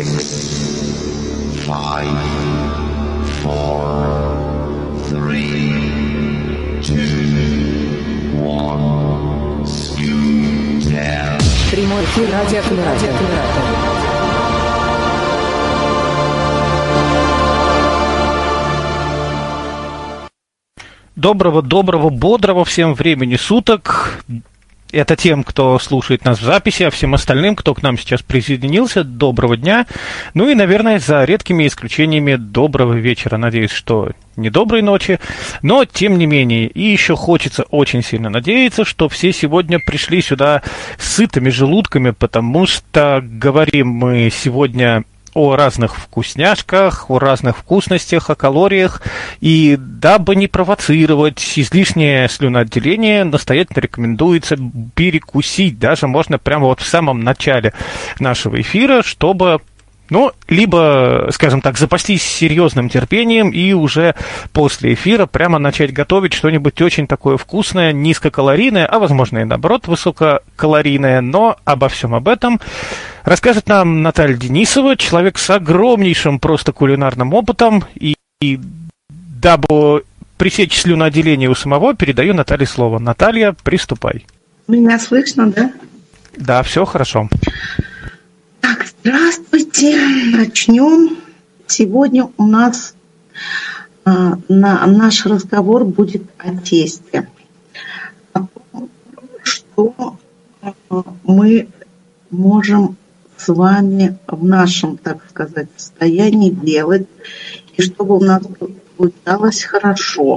6, 5, 4, 3, 2, 1, skew down. Прямой эфир радиоаккумулятора. Доброго, бодрого всем времени суток. Это тем, кто слушает нас в записи, а всем остальным, кто к нам сейчас присоединился, доброго дня. Ну и, наверное, за редкими исключениями, доброго вечера. Надеюсь, что не доброй ночи, но тем не менее. И еще хочется очень сильно надеяться, что все сегодня пришли сюда с сытыми желудками, потому что говорим мы сегодня о разных вкусняшках, о разных вкусностях, о калориях. И дабы не провоцировать излишнее слюноотделение, настоятельно рекомендуется перекусить. Даже можно прямо вот в самом начале нашего эфира, чтобы, либо, скажем так, запастись серьезным терпением и уже после эфира прямо начать готовить что-нибудь очень такое вкусное, низкокалорийное, а возможно и наоборот высококалорийное. Но обо всем об этом расскажет нам Наталья Денисова, человек с огромнейшим просто кулинарным опытом. И дабы пресечь слюноотделение у самого, передаю Наталье слово. Наталья, приступай. Меня слышно, да? Да, все хорошо. Так, здравствуйте. Начнем. Сегодня у нас наш разговор будет о тесте. О том, что мы можем с вами в нашем, так сказать, состоянии делать, и чтобы у нас получалось хорошо.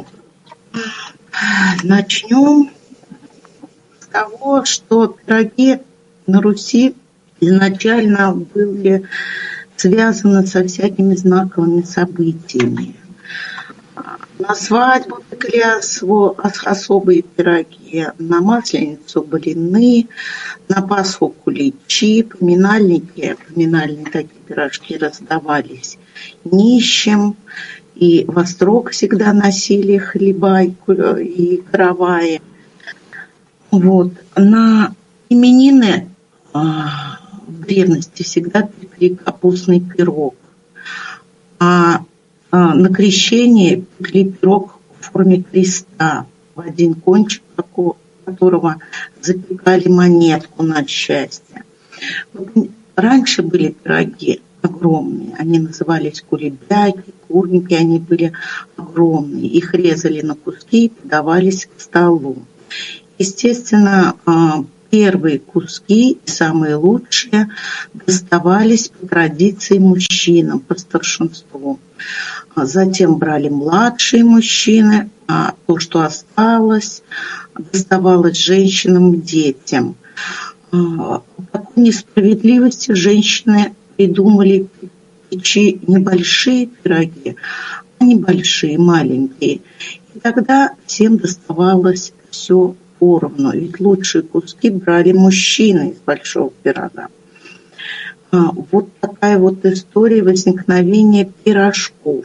Начнем с того, что пироги на Руси изначально были связаны со всякими знаковыми событиями. На свадьбу пекли особые пироги, на Масленицу блины, на Пасху куличи, поминальные такие пирожки раздавались нищим, и во строк всегда носили хлеба и караваи. Вот. На именины в древности всегда пекли капустный пирог, а на крещение пекли пирог в форме креста, в один кончик которого запекали монетку на счастье. Раньше были пироги огромные, они назывались кулебяки, курники, они были огромные. Их резали на куски и подавались к столу. Естественно, первые куски, самые лучшие, доставались по традиции мужчинам, по старшинству. Затем брали младшие мужчины, а то, что осталось, доставалось женщинам и детям. По такой несправедливости женщины придумали печи небольшие пироги, а небольшие, маленькие. И тогда всем доставалось все поровну, ведь лучшие куски брали мужчины из большого пирога. Вот такая вот история возникновения пирожков.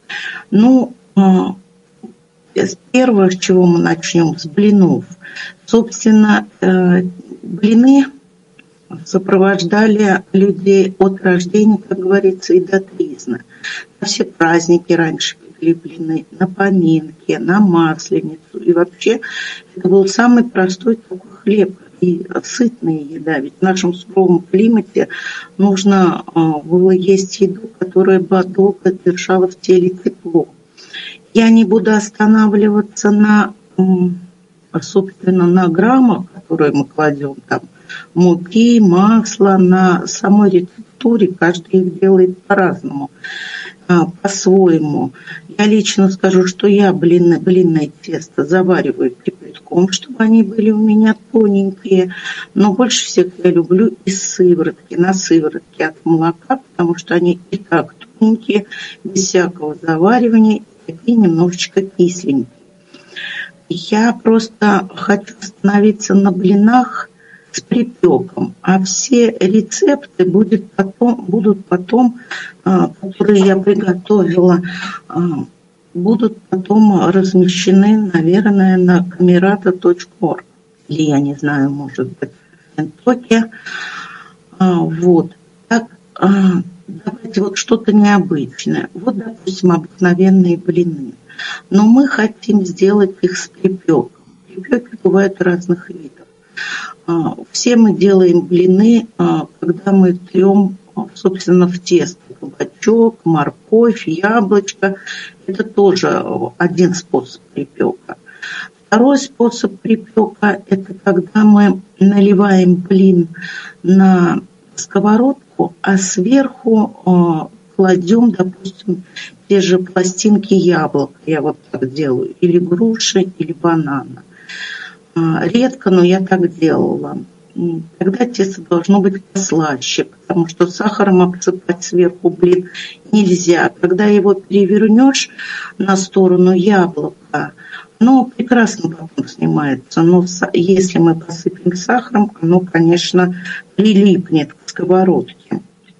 С первого, с чего мы начнем, с блинов. Собственно, блины сопровождали людей от рождения, как говорится, и до тризны. На все праздники раньше пекли блины, на поминки, на Масленицу. И вообще это был самый простой такой хлеб и сытная еда. Ведь в нашем суровом климате нужно было есть еду, которая бы долго держала в теле тепло. Я не буду останавливаться собственно, на граммах, которые мы кладем там, муки, масла, на самой рецептуре. Каждый их делает по-разному, по-своему. Я лично скажу, что я блинное тесто завариваю кипятком, чтобы они были у меня тоненькие. Но больше всех я люблю из сыворотки, на сыворотке от молока, потому что они и так тоненькие, без всякого заваривания, и такие немножечко кисленькие. Я просто хочу остановиться на блинах с припеком, а все рецепты будут потом, которые я приготовила, будут потом размещены, наверное, на camerata.org. Или, я не знаю, может быть, в Тинтоке. Вот. Так давайте вот что-то необычное. Вот, допустим, обыкновенные блины. Но мы хотим сделать их с припеком. Припеки бывают разных видов. Все мы делаем блины, когда мы трем, собственно, в тесто. Кабачок, морковь, яблочко. Это тоже один способ припека. Второй способ припека – это когда мы наливаем блин на сковородку, а сверху кладем, допустим, те же пластинки яблок. Я вот так делаю. Или груши, или банана. Редко, но я так делала. Тогда тесто должно быть послаще, потому что сахаром обсыпать сверху блин нельзя. Когда его перевернешь на сторону яблока, оно прекрасно потом снимается. Но если мы посыпем сахаром, оно, конечно, прилипнет к сковородке.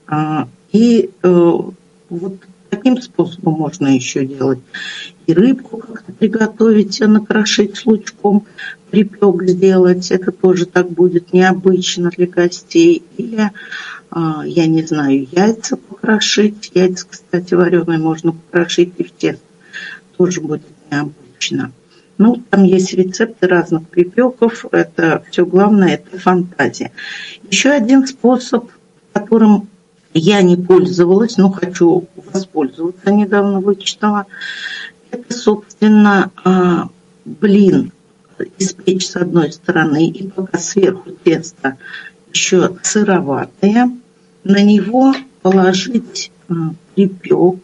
И вот таким способом можно еще делать. И рыбку как-то приготовить, накрошить с лучком, припек сделать. Это тоже так будет необычно для гостей. Или, я не знаю, яйца покрошить. Яйца, кстати, вареные можно покрошить и в тесто. Тоже будет необычно. Ну, там есть рецепты разных припеков. Это все главное, это фантазия. Еще один способ, которым я не пользовалась, но хочу воспользоваться, недавно вычитала. Это, собственно, блин испечь с одной стороны, и пока сверху тесто еще сыроватое, на него положить припек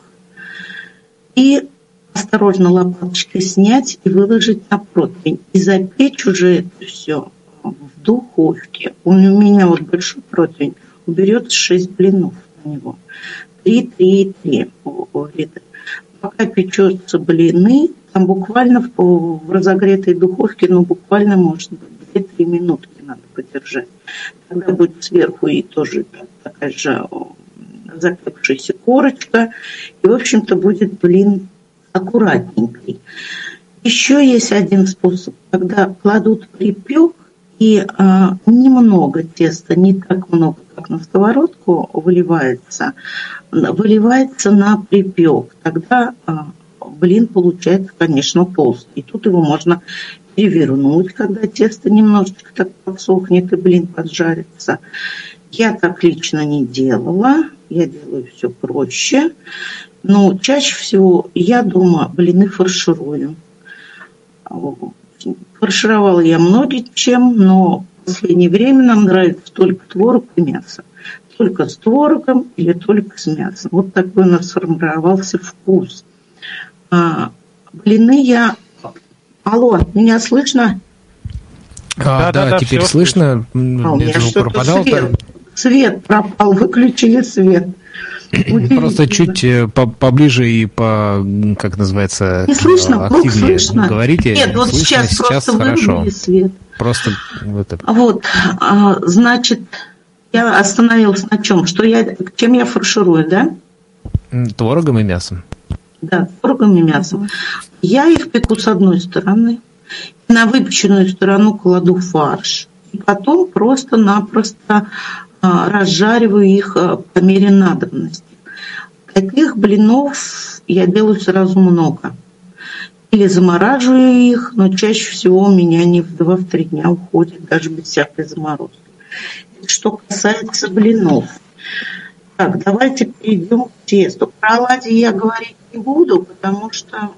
и осторожно лопаточкой снять и выложить на противень. И запечь уже это все в духовке. У меня вот большой противень, уберется 6 блинов на него. 3, 3, 3. Пока печется блины, там буквально в разогретой духовке, ну буквально, может быть, 2-3 минутки надо подержать. Тогда будет сверху и тоже такая же запекшаяся корочка. И, в общем-то, будет блин аккуратненький. Еще есть один способ, когда кладут припек, и немного теста, не так много, как на сковородку, выливается на припек. Тогда блин получается, конечно, толстый. И тут его можно перевернуть, когда тесто немножечко так подсохнет и блин поджарится. Я так лично не делала. Я делаю все проще. Но чаще всего я дома блины фарширую. Фаршировала я многим чем, но в последнее время нам нравится только творог и мясо. Только с творогом или только с мясом. Вот такой у нас сформировался вкус. Блины я... Алло, меня слышно? Да, теперь слышно. У меня что-то свет пропал, выключили свет. Просто чуть поближе и как называется, не слышно, активнее слышно. Говорите. Нет, вот слышно, сейчас просто хорошо. Свет. Просто это. Вот, значит, я остановилась на чем? Чем я фарширую, да? Творогом и мясом. Да, творогом и мясом. Я их пеку с одной стороны, на выпеченную сторону кладу фарш, и потом просто-напросто разжариваю их по мере надобности. Таких блинов я делаю сразу много. Или замораживаю их, но чаще всего у меня они в 2-3 дня уходят, даже без всякой заморозки. Что касается блинов. Так, давайте перейдем к тесту. Про оладьи я говорить не буду, потому что,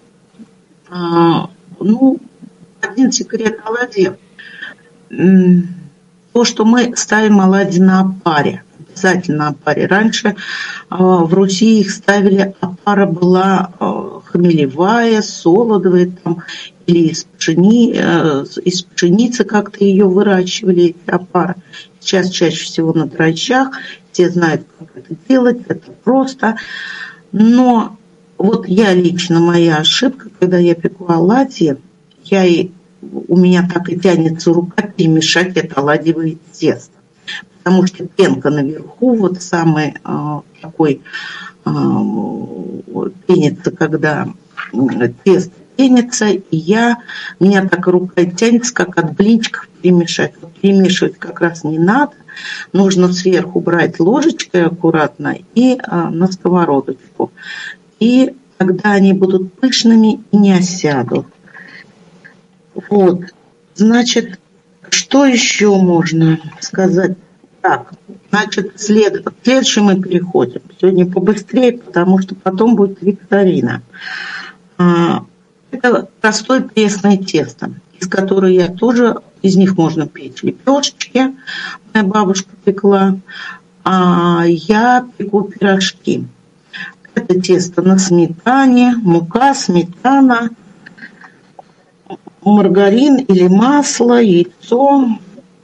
один секрет оладьев. То, что мы ставим оладьи на опаре. Обязательно опаре. Раньше в Руси их ставили, опара была хмелевая, солодовая, там, или из пшеницы как-то ее выращивали, опара. Сейчас чаще всего на дрожжах. Все знают, как это делать, это просто. Но вот моя ошибка, когда я пеку оладьи, у меня так и тянется рука перемешать это оладьевое тесто. Потому что пенка наверху, вот самый такой пенится, когда тесто пенится, и меня так рука тянется, как от блинчиков перемешать. Вот перемешивать как раз не надо. Нужно сверху брать ложечкой аккуратно и на сковородочку. И тогда они будут пышными и не осядут. Вот. Значит, что еще можно сказать? Так, значит, следующий мы переходим. Сегодня побыстрее, потому что потом будет викторина. Это простое пресное тесто, из них можно печь лепешечки. Моя бабушка пекла, а я пеку пирожки. Это тесто на сметане, мука, сметана, маргарин или масло, яйцо,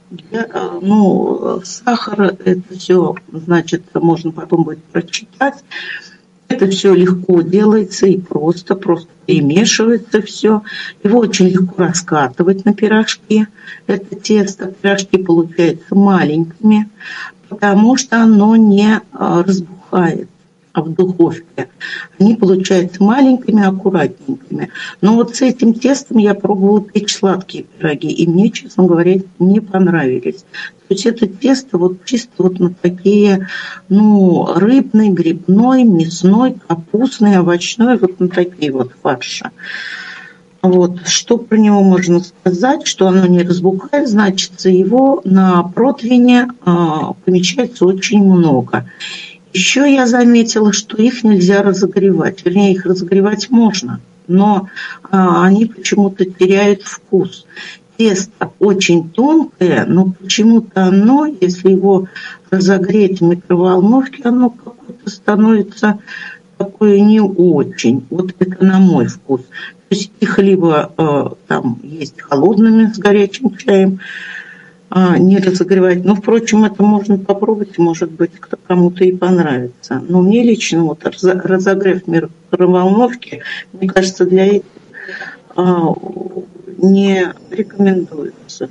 сахар. Это все, значит, можно потом будет прочитать. Это все легко делается и просто перемешивается все. Его очень легко раскатывать на пирожки. Это тесто, пирожки получаются маленькими, потому что оно не разбухает в духовке. Они получаются маленькими, аккуратненькими. Но вот с этим тестом я пробовала печь сладкие пироги, и мне, честно говоря, не понравились. То есть это тесто вот чисто вот на такие, рыбный, грибной, мясной, капустный, овощной, вот на такие вот фарши. Вот. Что про него можно сказать? Что оно не разбухает, значит, его на противне помещается очень много. Еще я заметила, что их нельзя разогревать. Вернее, их разогревать можно, но они почему-то теряют вкус. Тесто очень тонкое, но почему-то оно, если его разогреть в микроволновке, оно какое-то становится такое не очень. Вот это на мой вкус. То есть их либо там есть холодными с горячим чаем, не разогревать. Но, впрочем, это можно попробовать, может быть, кому-то и понравится. Но мне лично вот разогрев в микроволновке, мне кажется, для этого не рекомендуется.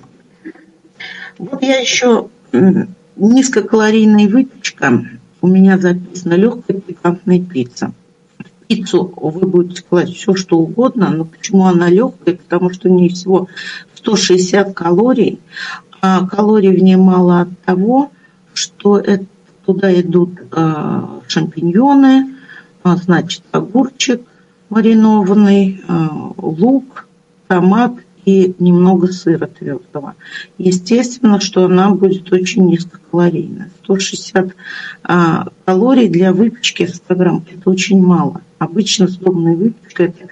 Вот я еще низкокалорийная выпечка. У меня записана легкая пикантная пицца. В пиццу вы будете класть все, что угодно, но почему она легкая? Потому что у нее всего 160 калорий, а калорий в ней мало от того, что туда идут шампиньоны, значит, огурчик маринованный, лук, томат и немного сыра твердого. Естественно, что она будет очень низкокалорийная. 160 калорий для выпечки в 100 грамм – это очень мало. Обычно сдобная выпечка – это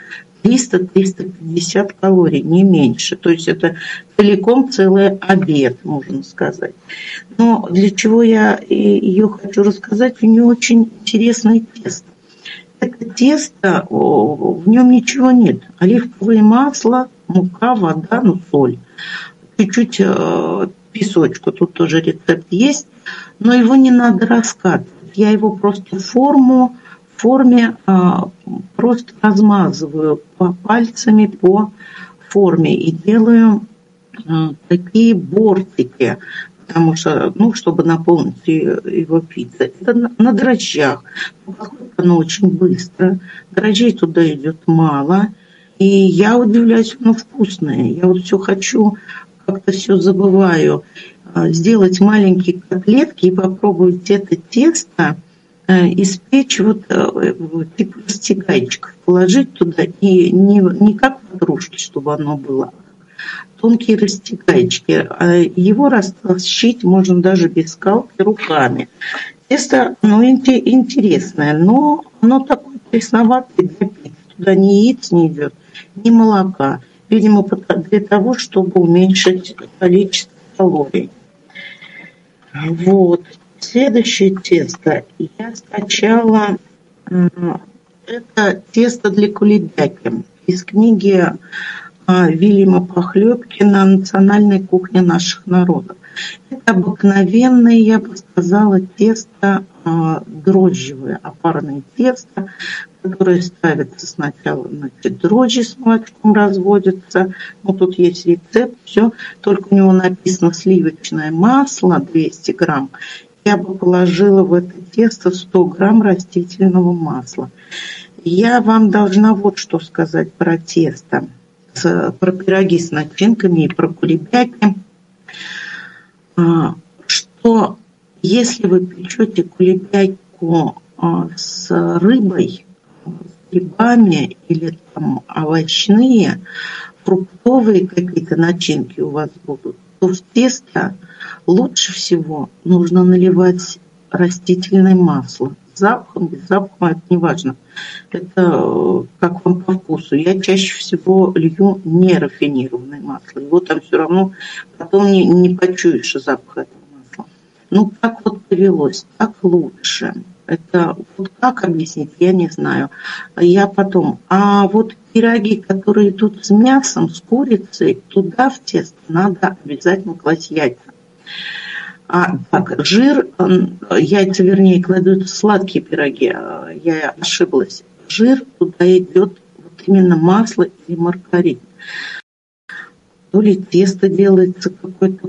300-350 калорий, не меньше. То есть это целиком целый обед, можно сказать. Но для чего я ее хочу рассказать, у нее очень интересное тесто. Это тесто, в нем ничего нет. Оливковое масло, мука, вода, соль. Чуть-чуть песочку, тут тоже рецепт есть. Но его не надо раскатывать. Я его просто в форме просто размазываю пальцами по форме и делаю такие бортики, потому что, чтобы наполнить его пиццей. Это на дрожжах. Оно очень быстро. Дрожжей туда идет мало. И я удивляюсь, оно вкусное. Я вот все хочу, как-то все забываю, сделать маленькие котлетки и попробовать это тесто испечь типа растягайчиков, положить туда, и не как ватрушки, чтобы оно было, тонкие растягайчики. Его растащить можно даже без скалки руками. Тесто, интересное, но оно такое пресноватое для пиццы. Туда ни яиц не идет, ни молока. Видимо, для того, чтобы уменьшить количество калорий. Вот. Следующее тесто я скачала. Это тесто для кулебяки из книги Вильяма Похлебкина «Национальная кухня наших народов». Это обыкновенное, я бы сказала, тесто дрожжевое, опарное тесто, которое ставится сначала, дрожжи с молочком разводятся. Тут есть рецепт, все. Только у него написано сливочное масло 200 грамм. Я бы положила в это тесто 100 грамм растительного масла. Я вам должна вот что сказать про тесто, про пироги с начинками и про кулебяки, что если вы печете кулебяку с рыбой, с грибами или там овощные, фруктовые какие-то начинки у вас будут, то в тесто лучше всего нужно наливать растительное масло. С запахом, без запаха, это не важно. Это как вам по вкусу. Я чаще всего лью нерафинированное масло. Его там все равно потом не почуешь запах этого масла. Ну, так вот повелось, так лучше. Это вот как объяснить, я не знаю. Я потом. А вот пироги, которые идут с мясом, с курицей, туда в тесто надо обязательно класть яйца. Так, жир, яйца, вернее, кладут сладкие пироги. Я ошиблась. Жир, туда идет вот именно масло или маргарин. То ли тесто делается какое-то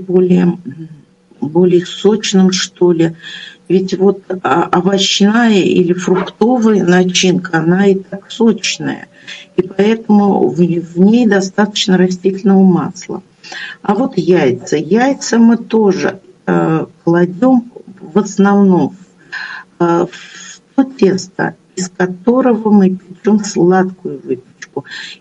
более сочным, что ли. Ведь вот овощная или фруктовая начинка, она и так сочная. И поэтому в ней достаточно растительного масла. А вот яйца. Яйца мы тоже кладем в основном в то тесто, из которого мы печем сладкую выпечку.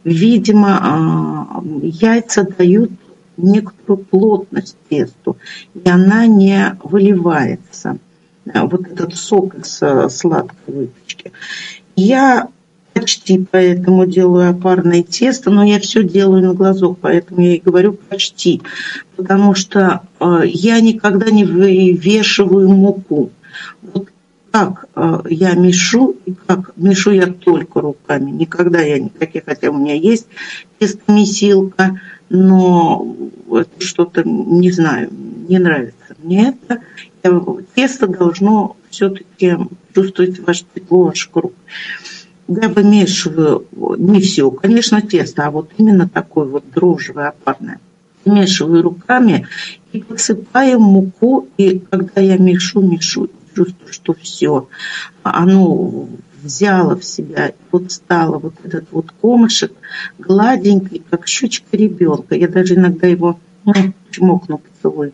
Видимо, яйца дают некоторую плотность тесту, и она не выливается. Вот этот сок из сладкой выпечки. Я почти поэтому делаю опарное тесто, но я все делаю на глазок, поэтому я и говорю почти, потому что я никогда не вывешиваю муку. Вот как я мешу, и как мешу я только руками, никогда я никаких, хотя у меня есть тестомесилка, но это что-то, не знаю, не нравится мне это. Тесто должно все-таки чувствовать ваше тепло, ваших рук. Я вымешиваю не все, конечно, тесто, а вот именно такое вот дрожжевое, опарное. Вымешиваю руками и посыпаю муку. И когда я мешу, чувствую, что все, оно взяло в себя, вот стало вот этот вот комышек гладенький, как щечка ребенка. Я даже иногда его чмокну, поцелую.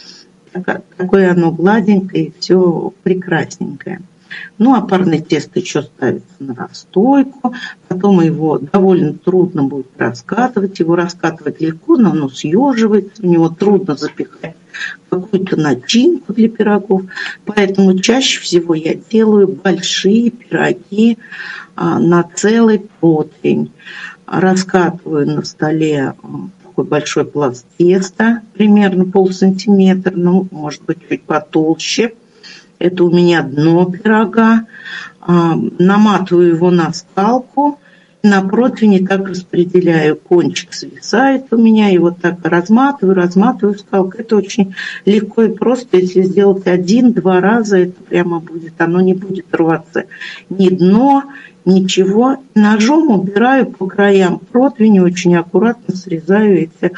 Такое оно гладенькое и все прекрасненькое. Ну, а парное тесто еще ставится на расстойку. Потом его довольно трудно будет раскатывать. Его раскатывать легко, но оно съеживается. У него трудно запихать какую-то начинку для пирогов. Поэтому чаще всего я делаю большие пироги на целый противень. Раскатываю на столе такой большой пласт теста, примерно полсантиметра, ну, может быть, чуть потолще. Это у меня дно пирога. Наматываю его на скалку. На противне так распределяю. Кончик свисает у меня. И вот так разматываю скалку. Это очень легко и просто. Если сделать 1-2 раза, это прямо будет. Оно не будет рваться. Ни дно, ничего. Ножом убираю по краям противня. Очень аккуратно срезаю эти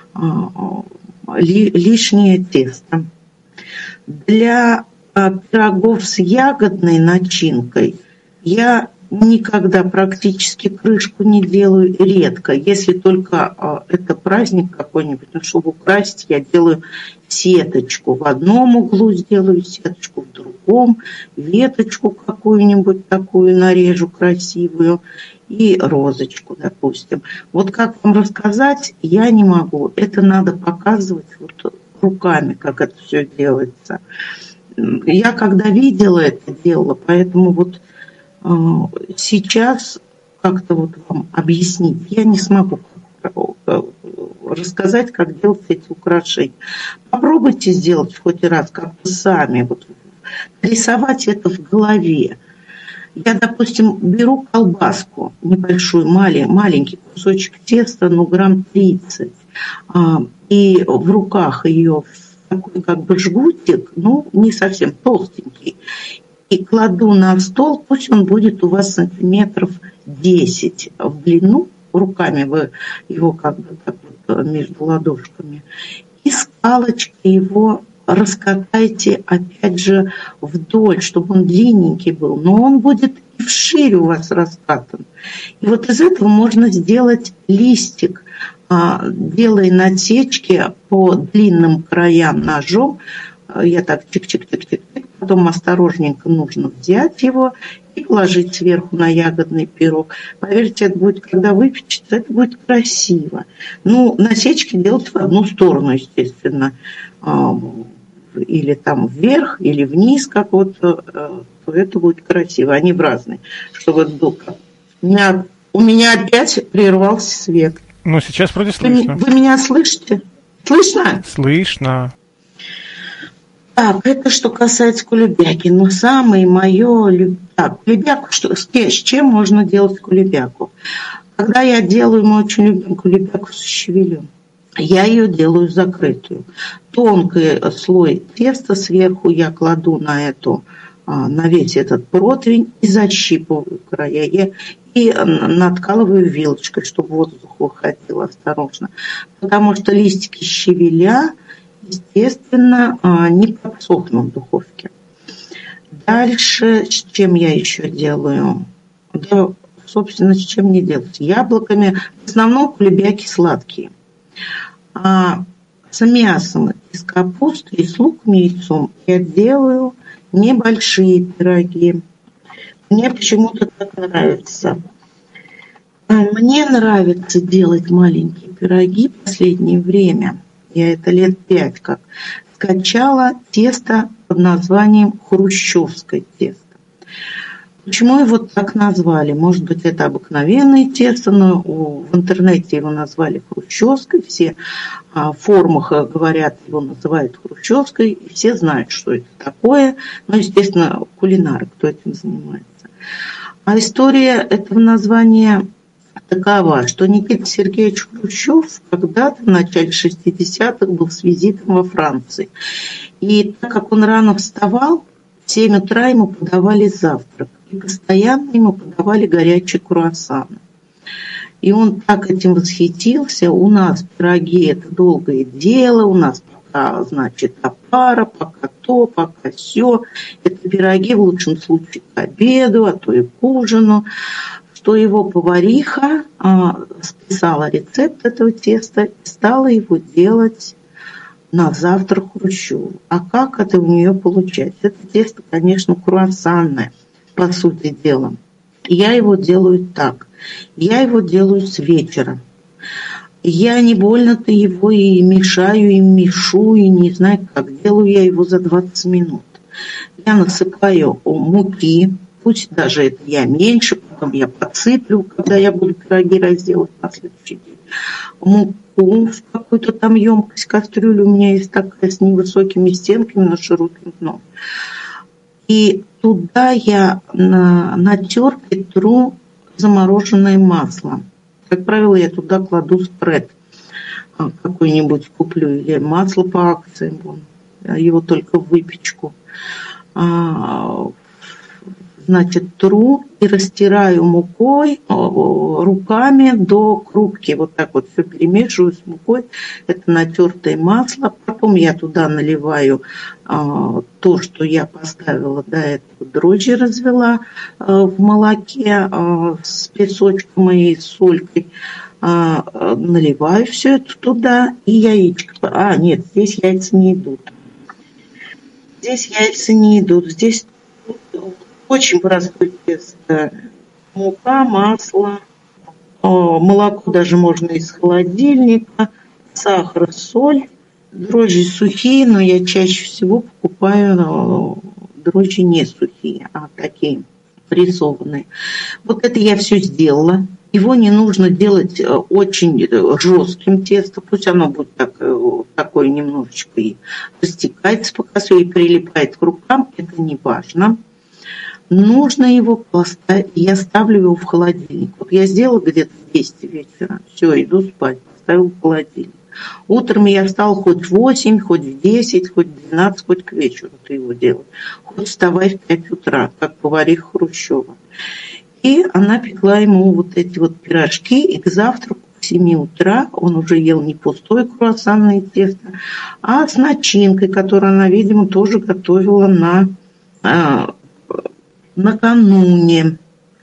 лишнее тесто. Для пирогов с ягодной начинкой я никогда практически крышку не делаю, редко. Если только это праздник какой-нибудь, ну, чтобы украсить, я делаю сеточку. В одном углу сделаю сеточку, в другом веточку какую-нибудь такую нарежу красивую и розочку, допустим. Вот как вам рассказать, я не могу. Это надо показывать вот руками, как это все делается. Я когда видела это дело, поэтому вот сейчас как-то вот вам объяснить, я не смогу рассказать, как делать эти украшения. Попробуйте сделать хоть раз как-то сами, вот, рисовать это в голове. Я, допустим, беру колбаску небольшую, маленький кусочек теста, ну, грамм 30, и в руках ее такой как бы жгутик, ну, не совсем толстенький, и кладу на стол, пусть он будет у вас сантиметров 10 в длину, руками вы его как бы так вот между ладошками, и скалочкой его раскатайте, опять же, вдоль, чтобы он длинненький был, но он будет и вширь у вас раскатан. И вот из этого можно сделать листик, делая насечки по длинным краям ножом. Я так чик-чик-чик-чик, потом осторожненько нужно взять его и положить сверху на ягодный пирог. Поверьте, это будет, когда выпечется, это будет красиво. Ну, насечки делать в одну сторону, естественно. Или там вверх, или вниз, как вот, то это будет красиво. Они в разные. Чтобы это был как... У меня опять прервался свет. Ну, сейчас вроде слышно. Вы меня слышите? Слышно? Слышно. Так, это что касается кулебяки. Но самое мое... Так, кулебяку, с чем можно делать кулебяку? Когда я делаю, мы очень любим кулебяку с щавелем. Я ее делаю закрытую. Тонкий слой теста сверху я кладу на весь этот противень и защипываю края. И надкалываю вилочкой, чтобы воздух выходил осторожно. Потому что листики щавеля, естественно, не подсохнут в духовке. Дальше, с чем я еще делаю? Да, собственно, с чем не делать? Яблоками. В основном кулебяки сладкие. А с мясом из капусты и с луком и яйцом я делаю небольшие пироги. Мне почему-то так нравится. Мне нравится делать маленькие пироги в последнее время. Я это лет 5 как скачала тесто под названием хрущевское тесто. Почему его так назвали? Может быть, это обыкновенное тесто, но в интернете его назвали хрущевской. Все в форумах говорят, его называют хрущевской. И все знают, что это такое. Но, естественно, кулинары, кто этим занимается. А история этого названия такова, что Никита Сергеевич Хрущев когда-то в начале 60-х был с визитом во Франции. И так как он рано вставал, в 7 утра ему подавали завтрак. И постоянно ему подавали горячие круассаны. И он так этим восхитился. У нас пироги – это долгое дело, у нас пока, значит, опара, пока то, пока сё. Это пироги в лучшем случае к обеду, а то и к ужину. Что его повариха списала рецепт этого теста и стала его делать на завтрак Хрущеву. А как это у нее получается? Это тесто, конечно, круассанное, по сути дела. Я его делаю так. Я его делаю с вечера. Я не больно-то его и мешаю, и мешу, и не знаю как. Делаю я его за 20 минут. Я насыпаю муки, пусть даже это я меньше, потом я подсыплю, когда я буду пироги разделать на следующий день. Муку в какую-то там емкость, кастрюлю у меня есть такая с невысокими стенками, но широким дном. И туда я на терке тру замороженное масло. Как правило, я туда кладу спред какой-нибудь куплю или масло по акциям, его только в выпечку. Значит, тру и растираю мукой руками до крупки. Вот так вот все перемешиваю с мукой. Это натертое масло. Потом я туда наливаю то, что я поставила до этого, дрожжи развела в молоке с песочком и солькой. Наливаю все это туда и яичко. Нет, здесь яйца не идут. Здесь яйца не идут. Здесь очень простое тесто. Мука, масло, молоко даже можно из холодильника, сахар, соль, дрожжи сухие, но я чаще всего покупаю дрожжи не сухие, а такие прессованные. Вот это я все сделала. Его не нужно делать очень жестким тестом, пусть оно будет такое немножечко и растекается, пока все и прилипает к рукам, это не важно. Нужно его поставить, я ставлю его в холодильник. Вот я сделала где-то в 10 вечера, все, иду спать, поставила в холодильник. Утром я встала хоть в 8, хоть в 10, хоть в 12, хоть к вечеру ты его делаешь. Хоть вставай в 5 утра, как повариха Хрущева. И она пекла ему вот эти вот пирожки, и к завтраку в 7 утра он уже ел не пустое круассанное тесто, а с начинкой, которую она, видимо, тоже готовила накануне.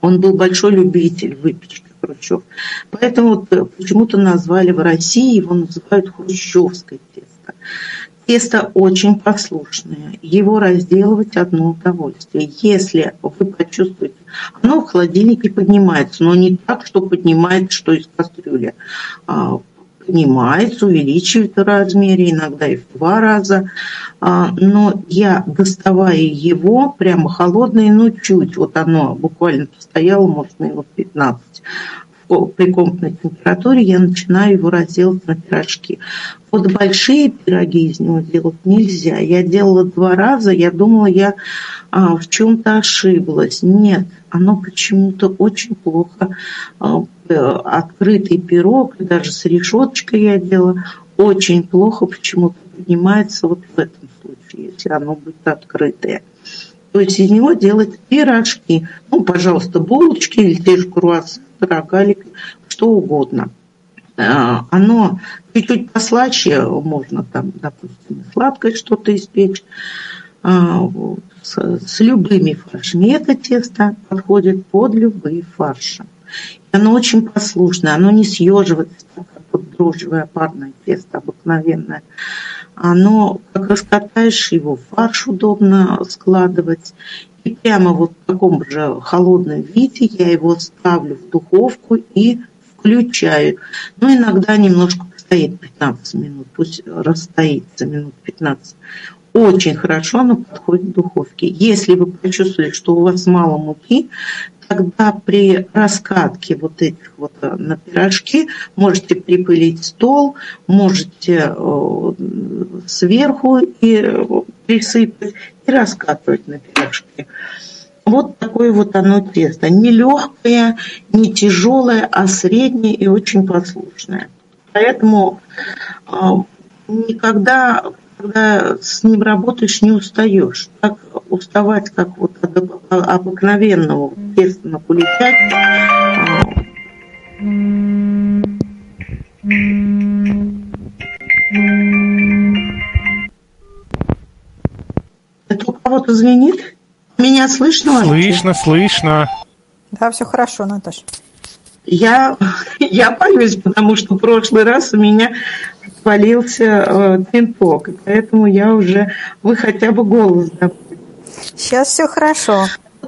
Он был большой любитель выпечки, Хрущев. Поэтому вот почему-то назвали в России, его называют хрущевское тесто. Тесто очень послушное, его разделывать одно удовольствие. Если вы почувствуете, оно в холодильнике поднимается, но не так, что поднимается, что из кастрюли. Поднимается, увеличивает в размере, иногда и в 2 раза. Но я, доставая его, прямо холодное, чуть, вот оно буквально постояло, может, минут 15, при комнатной температуре я начинаю его разделать на пирожки. Вот большие пироги из него делать нельзя. Я делала 2 раза, я думала, я в чем-то ошиблась. Нет, оно почему-то очень плохо. Открытый пирог, даже с решеточкой я делала, очень плохо почему-то поднимается вот в этом случае, если оно будет открытое. То есть из него делать пирожки, пожалуйста, булочки или те же круассаны, рогалики, что угодно. Оно чуть-чуть послаще, можно там, допустим, сладкое что-то испечь, с любыми фаршами. Это тесто подходит под любые фарши. Оно очень послушное, оно не съеживается, как вот дрожжевое парное тесто обыкновенное. Оно, как раскатаешь его, фарш удобно складывать. И прямо вот в таком же холодном виде я его ставлю в духовку и включаю. Иногда немножко постоит 15 минут, пусть расстоится минут 15. Очень хорошо оно подходит в духовке. Если вы почувствовали, что у вас мало муки, тогда при раскатке вот этих вот на пирожки можете припылить стол, можете сверху и присыпать и раскатывать на пирожки. Вот такое вот оно тесто. Не легкое, не тяжелое, а среднее и очень послушное. Поэтому никогда, когда с ним работаешь, не устаешь. Так уставать, как вот от обыкновенного теста на куличать. Это у кого-то звенит? Меня слышно? Слышно. Да, все хорошо, Наташа. Я боюсь, потому что в прошлый раз у меня отвалился пинг-понг, поэтому вы хотя бы голос добавили. Сейчас все хорошо.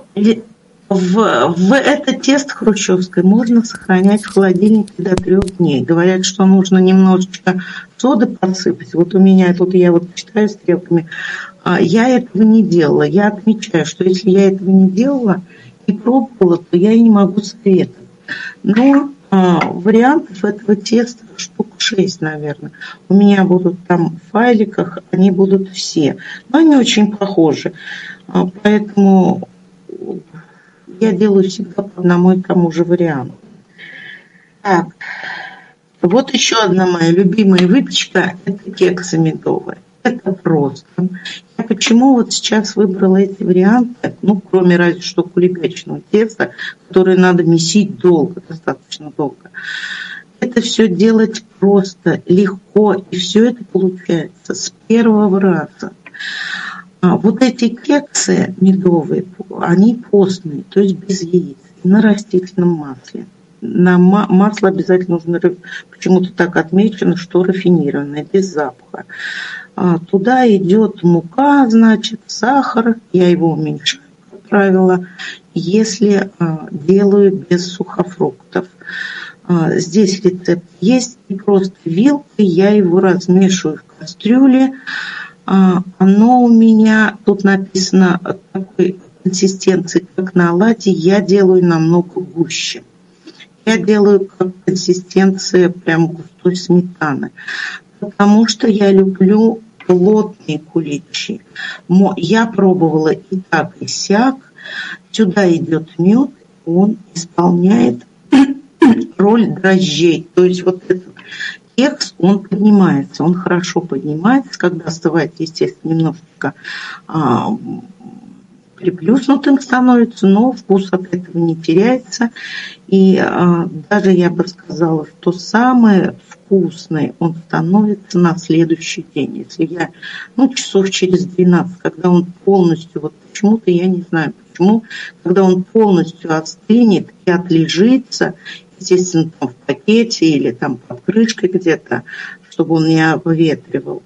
В это тесто хрущевское можно сохранять в холодильнике до 3 дней. Говорят, что нужно немножечко соды подсыпать. Вот у меня тут я считаю стрелками. Я этого не делала. Я отмечаю, что если я этого не делала и пробовала, то я и не могу советовать. Но вариантов этого теста штук 6, наверное. У меня будут там в файликах, они будут все. Но они очень похожи. Поэтому я делаю всегда по одному и тому же варианту. Так, вот еще одна моя любимая выпечка – это кексы медовые. Это просто. Я почему вот сейчас выбрала эти варианты, кроме разве что кулебячного теста, которое надо месить долго, достаточно долго. Это все делать просто, легко, и все это получается с первого раза. Вот эти кексы медовые, они постные, то есть без яиц, на растительном масле. На масло обязательно нужно, почему-то так отмечено, что рафинированное, без запаха. Туда идет мука, сахар, я его уменьшаю, как правило, если делаю без сухофруктов. Здесь рецепт есть, и просто вилкой я его размешиваю в кастрюле. Оно у меня, тут написано такой консистенции, как на оладьи, я делаю намного гуще. Я делаю как консистенция прям густой сметаны, потому что я люблю плотные куличи. Я пробовала и так, и сяк. Сюда идет мед, он исполняет роль дрожжей. То есть вот этот кекс, он поднимается, он хорошо поднимается, когда остывает, естественно, немножечко приплюснутым становится, но вкус от этого не теряется. И даже я бы сказала, что самое вкусное он становится на следующий день. Если я, часов через 12, когда он полностью, почему-то, я не знаю Почему? Когда он полностью остынет и отлежится, естественно, там в пакете или там под крышкой где-то, чтобы он не обветривал,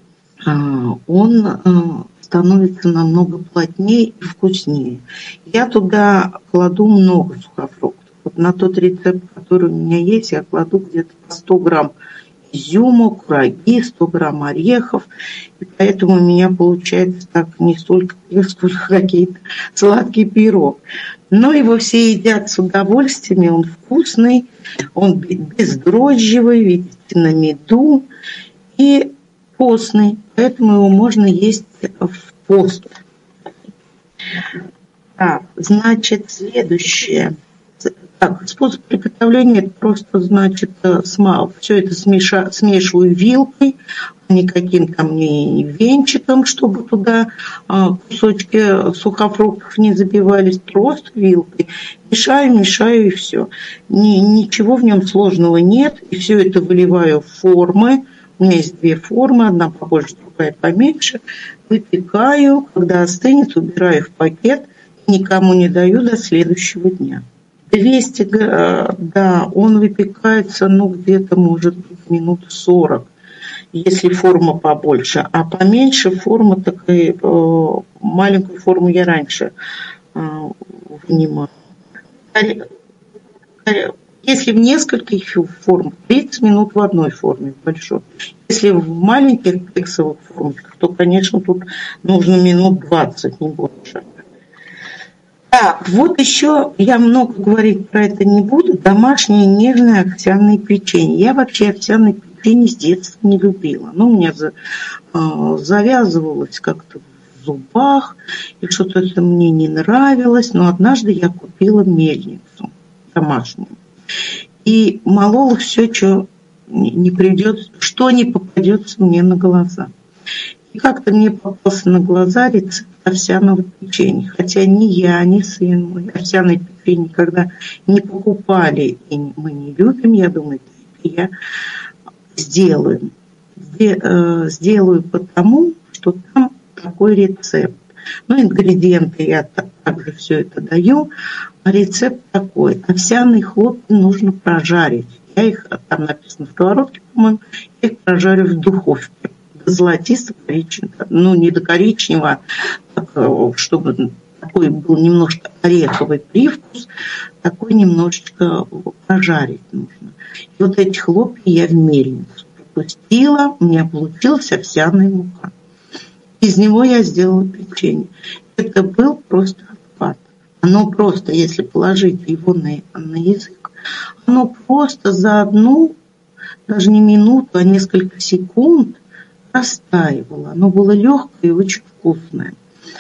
он становится намного плотнее и вкуснее. Я туда кладу много сухофруктов. Вот на тот рецепт, который у меня есть, я кладу где-то по 100 грамм изюма, кураги, 100 грамм орехов. И поэтому у меня получается так не столько, сколько какие-то сладкий пирог. Но его все едят с удовольствием, он вкусный, он бездрожжевый, видите, на меду и постный. Поэтому его можно есть в пост. Так, значит, следующее. Так, способ приготовления, это просто, значит, все это смешиваю вилкой, а не каким-то не венчиком, чтобы туда кусочки сухофруктов не забивались, просто вилкой. Мешаю и все. Ничего в нем сложного нет, и все это выливаю в формы. У меня есть 2 формы, одна побольше, другая поменьше. Выпекаю, когда остынет, убираю в пакет, никому не даю до следующего дня. 200, да, он выпекается, где-то, может быть, минут 40, если форма побольше. А поменьше форма такая, маленькую форму я раньше вынимаю. Если в нескольких формах, 30 минут в одной форме, большой. Если в маленьких кексовых формах, то, конечно, тут нужно минут 20, не больше. Так, вот еще я много говорить про это не буду. Домашние нежные овсяные печенье. Я вообще овсяные печенье с детства не любила. У меня завязывалось как-то в зубах, и что-то это мне не нравилось. Но однажды я купила мельницу домашнюю. И молола все, что не попадется мне на глаза. И как-то мне попался на глаза рецепт овсяного печенья. Хотя ни я, ни сын мой овсяное печенье никогда не покупали, и мы не любим, я думаю, я сделаю. Сделаю потому, что там такой рецепт. Ингредиенты я также все это даю. А рецепт такой. Овсяные хлопья нужно прожарить. Я их, там написано в сковородке, по-моему, я их прожарю в духовке. Золотисто-коричневого, не до коричневого, так, чтобы такой был немножко ореховый привкус, такой немножечко прожарить нужно. И вот эти хлопья я в мельницу пропустила, у меня получилась овсяная мука. Из него я сделала печенье. Это был просто отпад. Оно просто, если положить его на язык, оно просто за одну, даже не минуту, а несколько секунд растаивало. Оно было легкое и очень вкусное.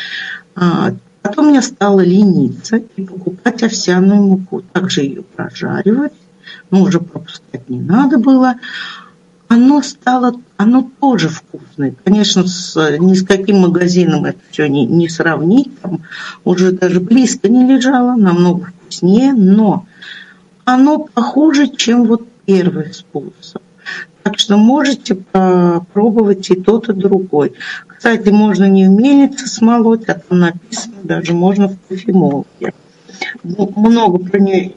Потом я стала лениться и покупать овсяную муку. Также ее прожаривать. Уже пропускать не надо было. Оно тоже вкусное. Конечно, ни с каким магазином это все не сравнить. Там уже даже близко не лежало. Намного вкуснее. Но оно похуже, чем вот первый способ. Так что можете попробовать и тот, и другой. Кстати, можно не в мельнице смолоть, а там написано, даже можно в кофемолке. Много про нее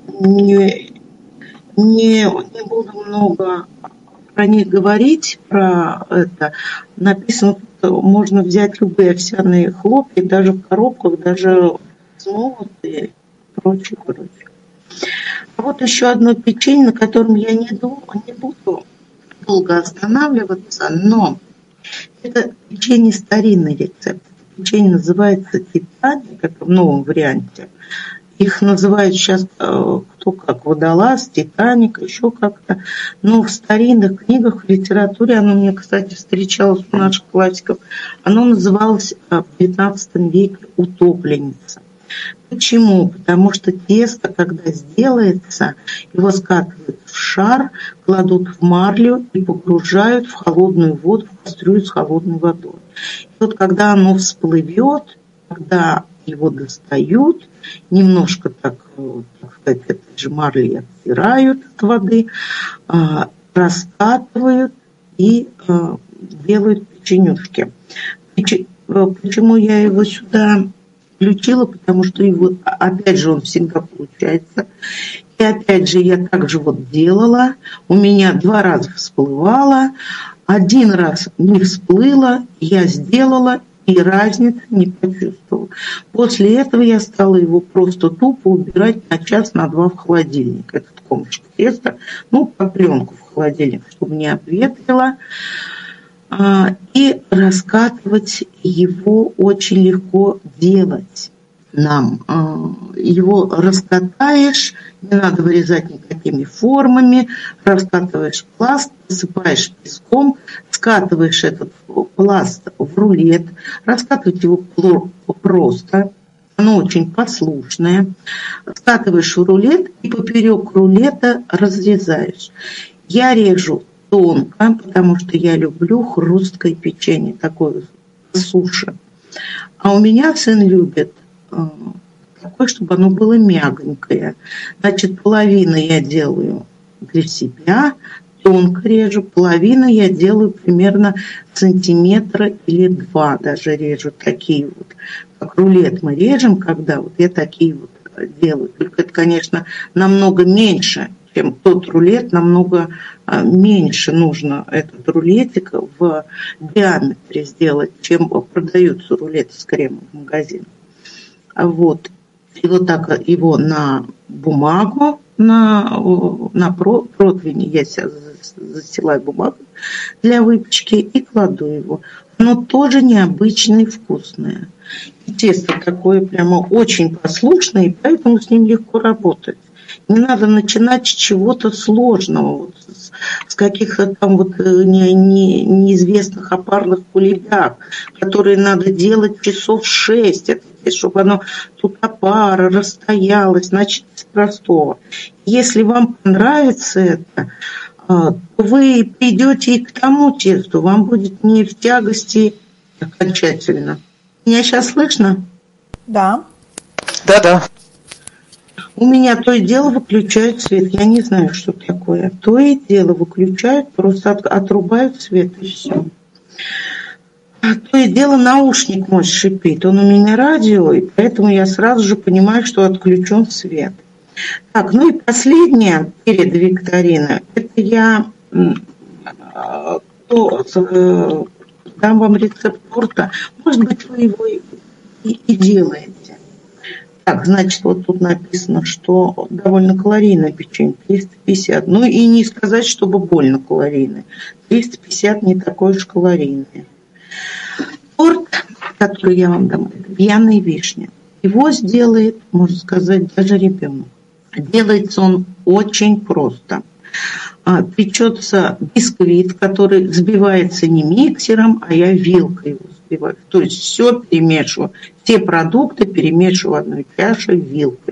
не буду много про них говорить, про это. Написано, что можно взять любые овсяные хлопья, даже в коробках, даже смолотые и прочее. А вот еще одно печенье, на котором я не буду долго останавливаться, но это печенье старинный рецепт. Печенье называется «Титаник», это в новом варианте. Их называют сейчас кто как, «Водолаз», «Титаник», еще как-то. Но в старинных книгах, в литературе, оно мне, кстати, встречалось у наших классиков, оно называлось в XIX веке «Утопленница». Почему? Потому что тесто, когда сделается, его скатывают в шар, кладут в марлю и погружают в холодную воду, в кастрюлю с холодной водой. И вот когда оно всплывет, когда его достают, немножко так сказать, этой же марли оттирают от воды, раскатывают и делают печенюшки. Почему я его сюда включила, потому что его, опять же, он всегда получается. И опять же, я также вот делала. У меня 2 раза всплывало, 1 раз не всплыло, я сделала, и разницы не почувствовала. После этого я стала его просто тупо убирать на час, на 2 в холодильник. Этот комочек теста, по пленку в холодильник, чтобы не обветрило. И раскатывать его очень легко делать нам. Его раскатаешь, не надо вырезать никакими формами, раскатываешь пласт, посыпаешь песком, скатываешь этот пласт в рулет, раскатывать его просто, оно очень послушное, скатываешь в рулет и поперек рулета разрезаешь. Я режу тонко, потому что я люблю хрусткое печенье, такое суши. А у меня сын любит такое, чтобы оно было мягонькое. Значит, половину я делаю для себя, тонко режу, половину я делаю примерно сантиметра или 2, даже режу такие вот. Как рулет мы режем, когда вот я такие вот делаю. Только это, конечно, намного меньше, чем тот рулет, намного меньше нужно этот рулетик в диаметре сделать, чем продаются рулеты с кремом в магазине. Вот. И вот так его на бумагу, на противень я сейчас застилаю бумагу для выпечки и кладу его. Оно тоже необычное и вкусное. И тесто такое прямо очень послушное, и поэтому с ним легко работать. Не надо начинать с чего-то сложного, вот, с каких-то там вот неизвестных опарных кулебяк, которые надо делать часов 6, чтобы оно тут опара расстоялось, значит, из простого. Если вам понравится это, то вы придете и к тому тесту, вам будет не в тягости окончательно. Меня сейчас слышно? Да. Да. У меня то и дело выключают свет. Я не знаю, что такое. То и дело выключают, просто отрубают свет, и все. То и дело наушник мой шипит. Он у меня радио, и поэтому я сразу же понимаю, что отключен свет. Так, и последнее перед викториной. Это я дам вам рецепт торта. Может быть, вы его и делаете. Так, значит, вот тут написано, что довольно калорийное печенье, 350. И не сказать, чтобы больно калорийное. 350 не такое уж калорийное. Торт, который я вам дам, это пьяная вишня. Его сделает, можно сказать, даже ребенок. Делается он очень просто. Печется бисквит, который взбивается не миксером, а я вилкой его взбиваю. То есть все перемешиваю, все продукты перемешиваю в одной чаше вилкой.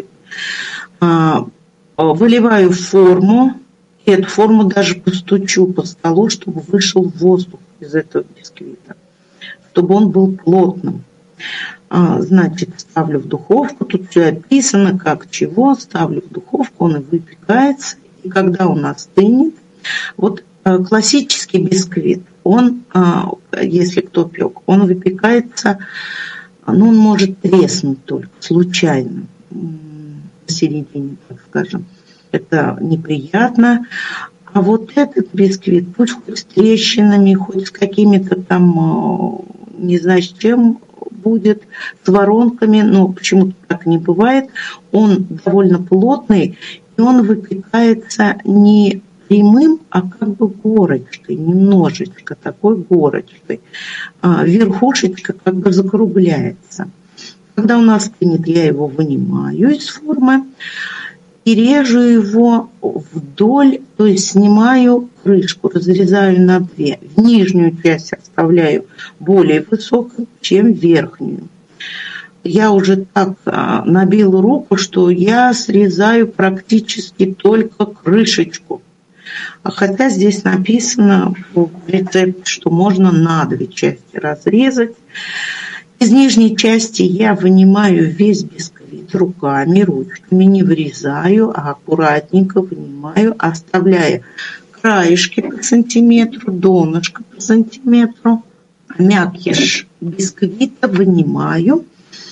Выливаю в форму, и эту форму даже постучу по столу, чтобы вышел воздух из этого бисквита, чтобы он был плотным. Значит, ставлю в духовку, тут все описано, как чего, ставлю в духовку, он и выпекается. И когда он остынет, вот классический бисквит, он, если кто пек, он выпекается, он может треснуть только случайно посередине, так скажем. Это неприятно. А вот этот бисквит, пусть хоть с трещинами, хоть с какими-то там, не знаю, с чем будет, с воронками, но почему-то так не бывает. Он довольно плотный, и он выпекается не прямым, а как бы горочкой, немножечко такой горочкой. Верхушечка как бы закругляется. Когда у нас стынет, я его вынимаю из формы и режу его вдоль, то есть снимаю крышку, разрезаю на 2. В нижнюю часть оставляю более высокой, чем верхнюю. Я уже так набила руку, что я срезаю практически только крышечку. Хотя здесь написано в рецепте, что можно на 2 части разрезать. Из нижней части я вынимаю весь бисквит руками, ручками, не вырезаю, а аккуратненько вынимаю, оставляя краешки по сантиметру, донышко по сантиметру. Мякиш бисквита вынимаю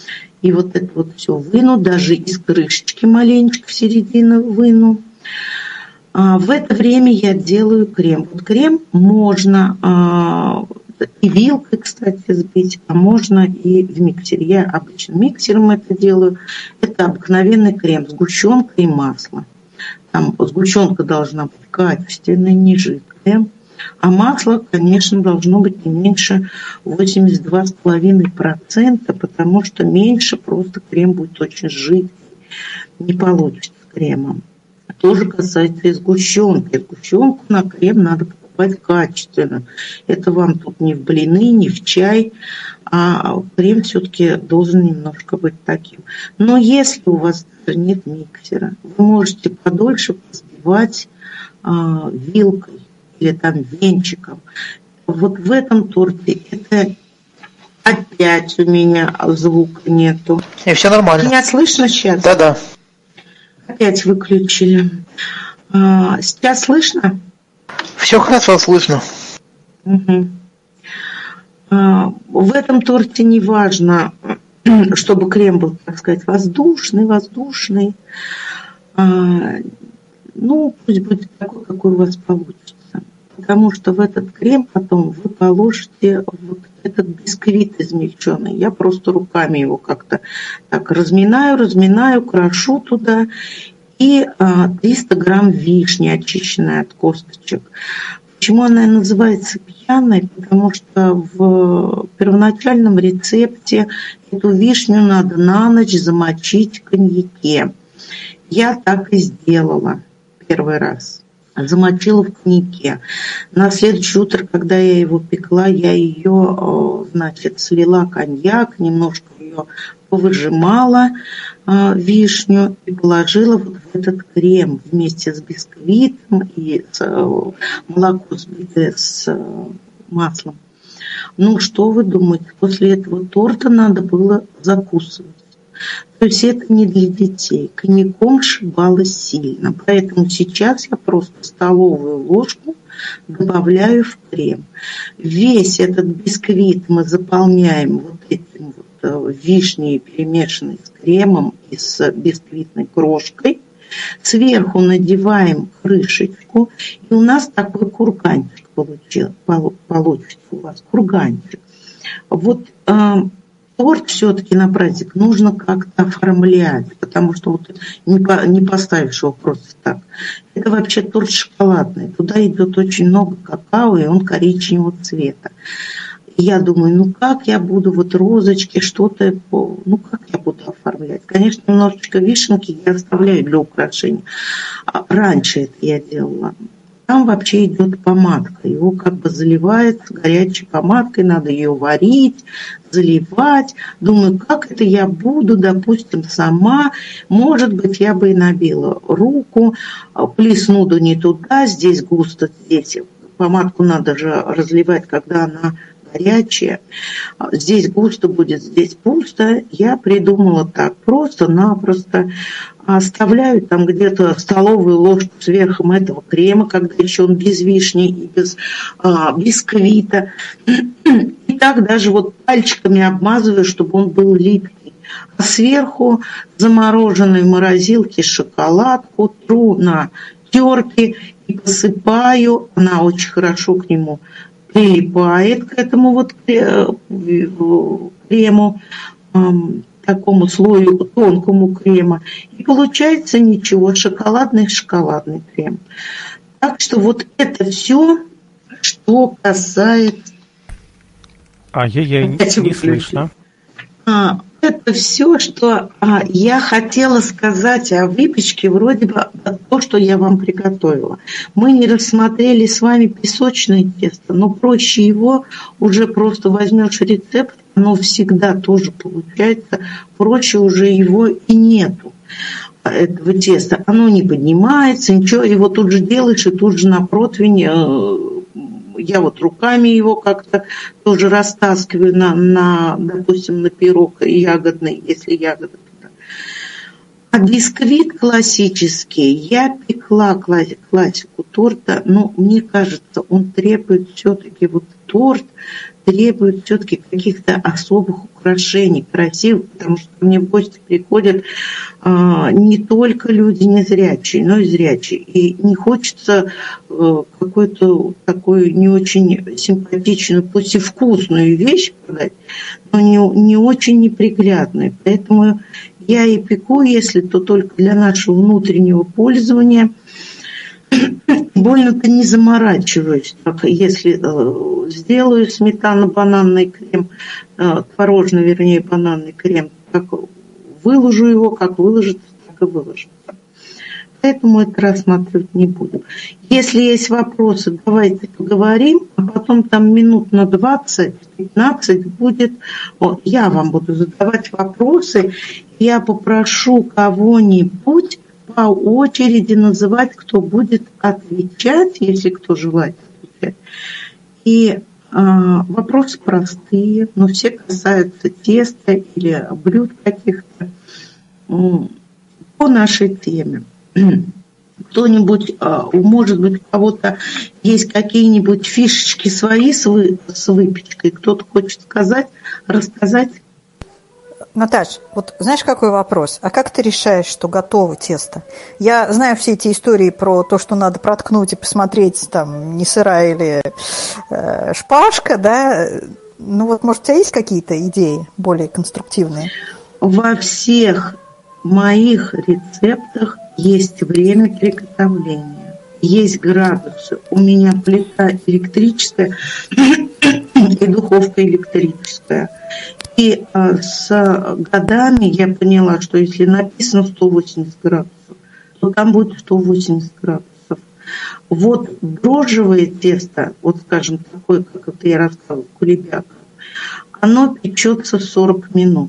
И вот это вот все выну, даже из крышечки маленечко в середину выну. В это время я делаю крем. Вот крем можно и вилкой, кстати, взбить, а можно и в миксере. Я обычно миксером это делаю. Это обыкновенный крем, сгущенка и масло. Там сгущенка должна быть качественная, не жидкая. А масло, конечно, должно быть не меньше 82,5%, потому что меньше просто крем будет очень жидкий. Не получится кремом. Тоже касается и сгущенки. Сгущенку на крем надо покупать качественно. Это вам тут не в блины, не в чай, а крем все-таки должен немножко быть таким. Но если у вас даже нет миксера, вы можете подольше взбивать вилкой или там венчиком. Вот в этом торте это опять у меня звука нету. И все нормально. Меня слышно сейчас? Да. Опять выключили. Сейчас слышно? Все хорошо слышно. Угу. В этом торте не важно, чтобы крем был, так сказать, воздушный. Ну, пусть будет такой, какой у вас получится. Потому что в этот крем потом вы положите вот этот бисквит измельченный. Я просто руками его как-то так разминаю, крошу туда. И 300 грамм вишни, очищенной от косточек. Почему она называется пьяной? Потому что в первоначальном рецепте эту вишню надо на ночь замочить в коньяке. Я так и сделала первый раз. Замочила в коньяке. На следующее утро, когда я его пекла, я ее, значит, слила коньяк, немножко ее повыжимала, вишню, и положила вот в этот крем вместе с бисквитом и с молоко, сбитое с маслом. Ну, что вы думаете? После этого торта надо было закусывать. То есть это не для детей. Коньяком шибалось сильно. Поэтому сейчас я просто столовую ложку добавляю в крем. Весь этот бисквит мы заполняем вот этим вот вишней, перемешанной с кремом и с бисквитной крошкой. Сверху надеваем крышечку. И у нас такой курганчик получится у вас. Курганчик. Вот торт все-таки на праздник нужно как-то оформлять, потому что вот не поставишь его просто так. Это вообще торт шоколадный. Туда идет очень много какао, и он коричневого цвета. И я думаю, ну как я буду вот розочки, что-то, ну как я буду оформлять? Конечно, немножечко вишенки я оставляю для украшения. Раньше это я делала. Там вообще идет помадка. Его как бы заливается горячей помадкой, надо ее варить, заливать. Думаю, как это я буду, допустим, сама. Может быть, я бы и набила руку, плесну да не туда, здесь густо, здесь. Помадку надо же разливать, когда она горячая. Здесь густо будет, здесь пусто. Я придумала так, просто-напросто оставляю там где-то столовую ложку сверху этого крема, когда еще он без вишни и без бисквита. И так даже вот пальчиками обмазываю, чтобы он был липкий. А сверху замороженной в морозилке шоколадку тру на терке и посыпаю. Она очень хорошо к нему прилипает, к этому вот крему, такому слою тонкому крема. И получается ничего, шоколадный крем. Так что вот это все, что касается... Ай-яй-яй, не слышно. Это все, что я хотела сказать о выпечке, вроде бы то, что я вам приготовила. Мы не рассмотрели с вами песочное тесто, но проще его уже просто возьмешь рецепт, оно всегда тоже получается, проще уже его и нету, этого теста. Оно не поднимается, ничего, его тут же делаешь, и тут же на противень... Я вот руками его как-то тоже растаскиваю допустим, на пирог ягодный, если ягода туда. А бисквит классический, я пекла классику торта, но мне кажется, он требует все-таки вот торт требует все-таки каких-то особых украшений, красивых, потому что мне в гости приходят не только люди незрячие, но и зрячие. И не хочется какую-то такую не очень симпатичную, пусть и вкусную вещь продать, но не очень неприглядную. Поэтому я и пеку, если то только для нашего внутреннего пользования. Больно-то не заморачиваюсь. Так, если сделаю сметано-бананный крем, творожный, вернее, бананный крем, как выложу его, как выложится, так и выложится. Поэтому это рассматривать не буду. Если есть вопросы, давайте поговорим, а потом там минут на 20-15 будет, я вам буду задавать вопросы, я попрошу кого-нибудь по очереди называть, кто будет отвечать, если кто желает отвечать. И вопросы простые, но все касаются теста или блюд каких-то по нашей теме. Кто-нибудь, может быть, у кого-то есть какие-нибудь фишечки свои с выпечкой, кто-то хочет сказать, рассказать? Наташ, вот знаешь, какой вопрос? А как ты решаешь, что готово тесто? Я знаю все эти истории про то, что надо проткнуть и посмотреть, там, не сырая или шпажка, да? Ну вот, может, у тебя есть какие-то идеи более конструктивные? Во всех моих рецептах есть время приготовления, есть градусы. У меня плита электрическая и духовка электрическая. И с годами я поняла, что если написано 180 градусов, то там будет 180 градусов. Вот дрожжевое тесто, вот скажем, такое, как это я рассказывала, кулебяка, оно печется 40 минут.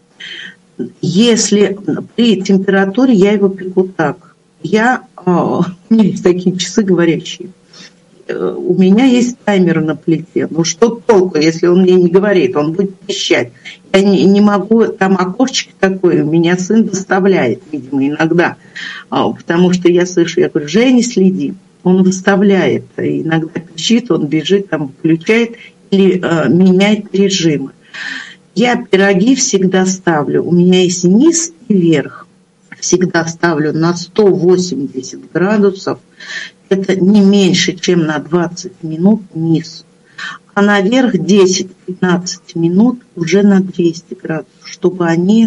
Если при температуре я его пеку так. У меня есть такие часы говорящие. У меня есть таймер на плите. Ну что толку, если он мне не говорит, он будет пищать. Я не могу, там окошечко такое, меня сын выставляет, видимо, иногда. Потому что я слышу, я говорю, Женя, следи. Он выставляет, иногда пищит, он бежит, там включает или меняет режимы. Я пироги всегда ставлю, у меня есть низ и верх. Всегда ставлю на 180 градусов. Это не меньше, чем на 20 минут низ. А наверх 10-15 минут уже на 200 градусов, чтобы они,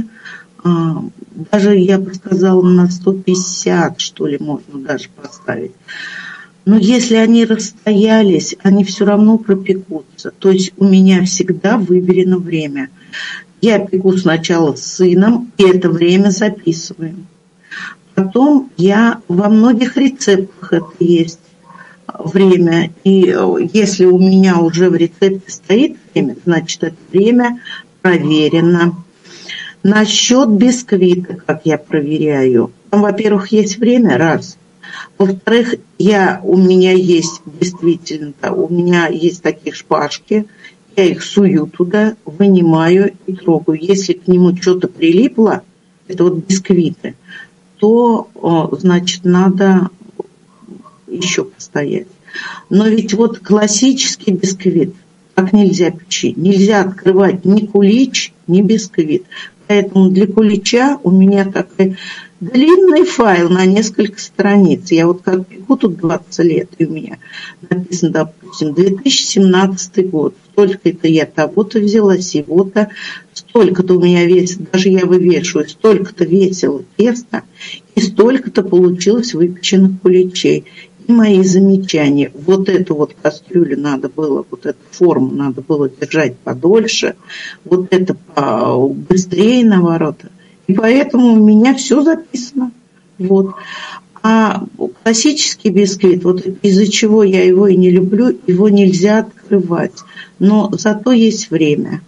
даже я бы сказала, на 150, что ли, можно даже поставить. Но если они расстоялись, они все равно пропекутся. То есть у меня всегда выверено время. Я пеку сначала с сыном, и это время записываем. Потом я во многих рецептах это есть время. И если у меня уже в рецепте стоит время, значит, это время проверено. Насчет бисквита, как я проверяю. Там, во-первых, есть время, раз. Во-вторых, у меня есть действительно, у меня есть такие шпажки, я их сую туда, вынимаю и трогаю. Если к нему что-то прилипло, это вот бисквиты, то, значит, надо еще постоять. Но ведь вот классический бисквит так нельзя печь. Нельзя открывать ни кулич, ни бисквит. Поэтому для кулича у меня такой длинный файл на несколько страниц. Я вот как пеку тут 20 лет, и у меня написано, допустим, 2017 год. Столько-то я того-то взяла, сего-то, столько-то у меня весит, даже я вывешиваю, столько-то весило тесто, и столько-то получилось выпеченных куличей. И мои замечания. Вот эту вот кастрюлю надо было, вот эту форму надо было держать подольше, вот это быстрее наворота. И поэтому у меня все записано. Вот. А классический бисквит, вот из-за чего я его и не люблю, его нельзя открывать. Но зато есть время.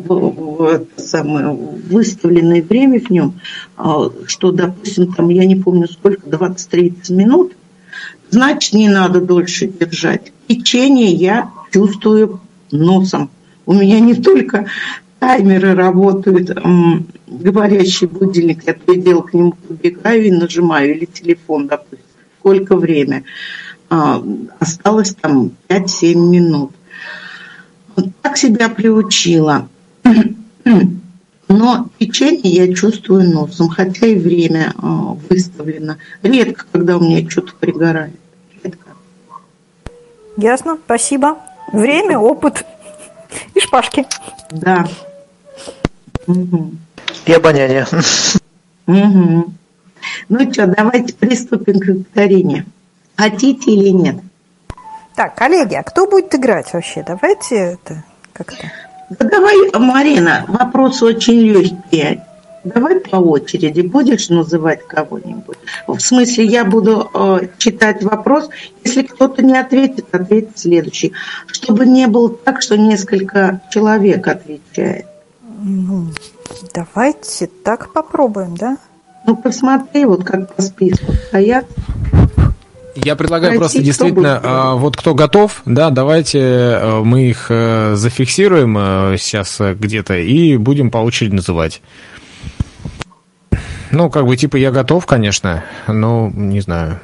Самое выставленное время в нем, что, допустим, там, я не помню сколько, 20-30 минут, значит, не надо дольше держать. Печенье я чувствую носом. У меня не только таймеры работают, говорящий будильник, я то и дело к нему подбегаю и нажимаю, или телефон, допустим, сколько время. Осталось там 5-7 минут. Так себя приучила. Но печенье я чувствую носом, хотя и время выставлено. Редко, когда у меня что-то пригорает. Редко. Ясно, спасибо. Время, опыт и шпажки. Да. Угу. И обоняние. Угу. Ну что, давайте приступим к викторине. Хотите или нет? Так, коллеги, а кто будет играть вообще? Давайте это как-то... Да давай, Марина, вопросы очень легкие. Давай по очереди. Будешь называть кого-нибудь? В смысле, я буду читать вопрос. Если кто-то не ответит, ответит следующий. Чтобы не было так, что несколько человек отвечает. Ну, давайте так попробуем, да? Ну, посмотри, вот как по списку стоят. Я предлагаю Пройти, просто действительно, вот кто готов, да, давайте мы их зафиксируем сейчас где-то и будем по очереди называть. Ну, как бы, типа, я готов, конечно, но не знаю.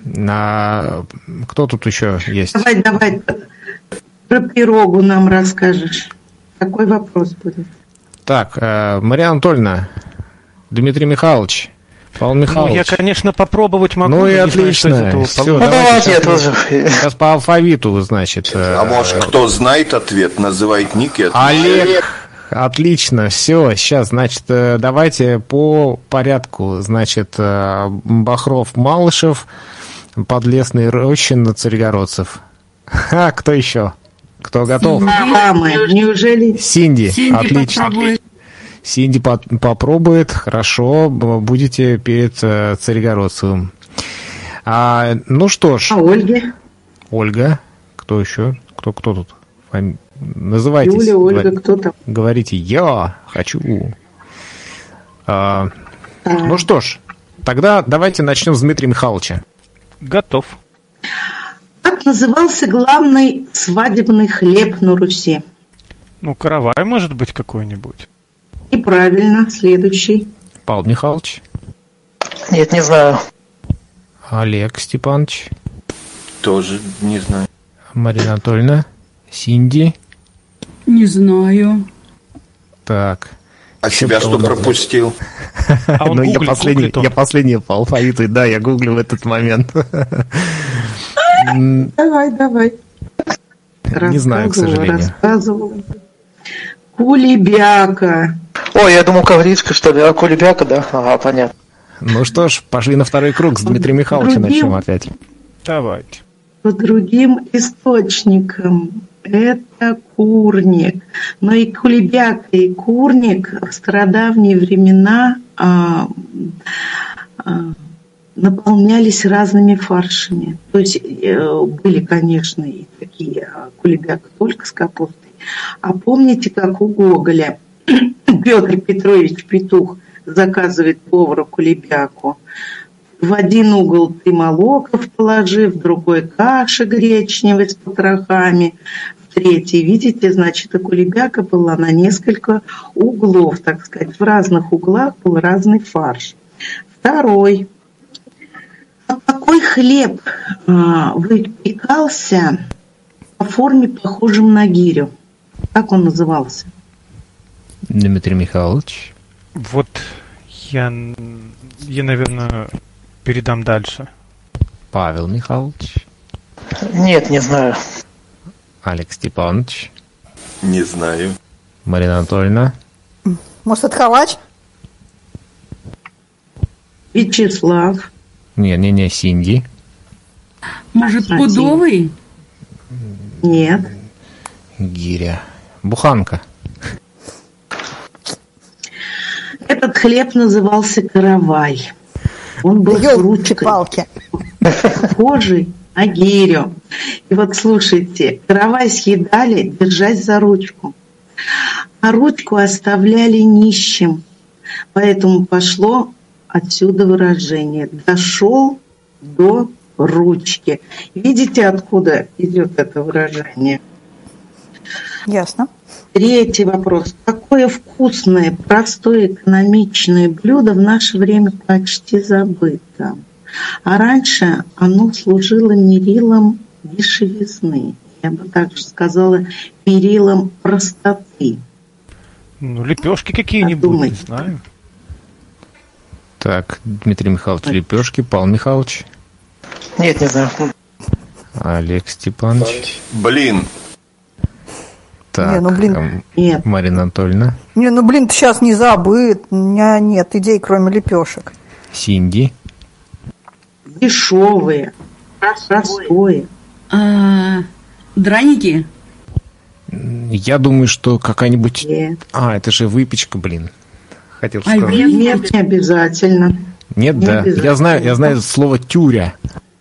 Кто тут еще есть? Давай, про пирогу нам расскажешь. Какой вопрос будет? Так, Мария Анатольевна, Дмитрий Михайлович, Павел Михайлович. Ну, я, конечно, попробовать могу. Ну и не отлично. Знаю, все, давайте сейчас по алфавиту, значит. А может, кто знает ответ, называет ник и ответ. Олег. Отлично, все, сейчас, значит, давайте по порядку, значит, Бахров, Малышев, Подлесный, Рощин, Царегородцев. Кто еще? Кто готов? Мамы, неужели? Синди, отлично. Попробует. Синди попробует, хорошо, будете перед Царегородцевым. Ну что ж. А Ольга? Ольга, кто еще? Кто тут? Называйтесь. Юля, Ольга, кто там? Говорите, я хочу. Ну что ж, тогда давайте начнем с Дмитрия Михайловича. Готов. Как назывался главный свадебный хлеб на Руси? Ну, каравай, может быть, какой-нибудь. И правильно, следующий. Павел Михайлович. Нет, не знаю. Олег Степанович. Тоже не знаю. Марина Анатольевна. Синди. Не знаю. Так. А себя что пропустил? Ну, я последний по алфавиту, да, я гуглю в этот момент. Давай. Не знаю, к сожалению. Рассказывала. Кулебяка. Ой, я думал, Коврицкая, что ли, а Кулебяка, да? Ага, понятно. Ну что ж, пошли на второй круг, с Дмитрия Михайловича начнем опять. Давайте. По другим источникам это курник. Но и кулебяка, и курник в стародавние времена наполнялись разными фаршами. То есть были, конечно, и такие кулебяка только с капустой. А помните, как у Гоголя Петр Петрович Петух заказывает повару кулебяку? В один угол ты молоков положи, в другой каши гречневой с потрохами, в третий, видите, значит, и кулебяка была на несколько углов, так сказать, в разных углах был разный фарш. Второй. А какой хлеб выпекался по форме, похожим на гирю? Как он назывался? Дмитрий Михайлович. Вот я, наверное, передам дальше. Павел Михайлович. Нет, не знаю. Алекс Степанович. Не знаю. Марина Анатольевна. Может, это халач? Вячеслав. Не, Синди. Может, пудовый? Нет. Гиря. Буханка. Этот хлеб назывался каравай. Он был с ручкой, похожий на гирю. И вот слушайте, каравай съедали, держась за ручку. А ручку оставляли нищим. Поэтому пошло отсюда выражение. Дошел до ручки. Видите, откуда идет это выражение? Ясно. Третий вопрос. Какое вкусное, простое, экономичное блюдо в наше время почти забыто? А раньше оно служило мерилом дешевизны. я бы также сказала, мерилом простоты. Ну, лепешки какие-нибудь, не знаю. Так, Дмитрий Михайлович, лепешки, Павел Михайлович. Нет, не знаю. Олег Степанович. Блин. Так, Не, ну, блин, нет. Марина Анатольевна. Не, ну, блин, ты сейчас не забыт. У меня нет идей, кроме лепешек. Синди. Дешевые, простое. Драники? Я думаю, что какая-нибудь... Нет. это же выпечка, блин. Хотел сказать. Нет, не обязательно. Нет, не да. обязательно. Я знаю слово тюря.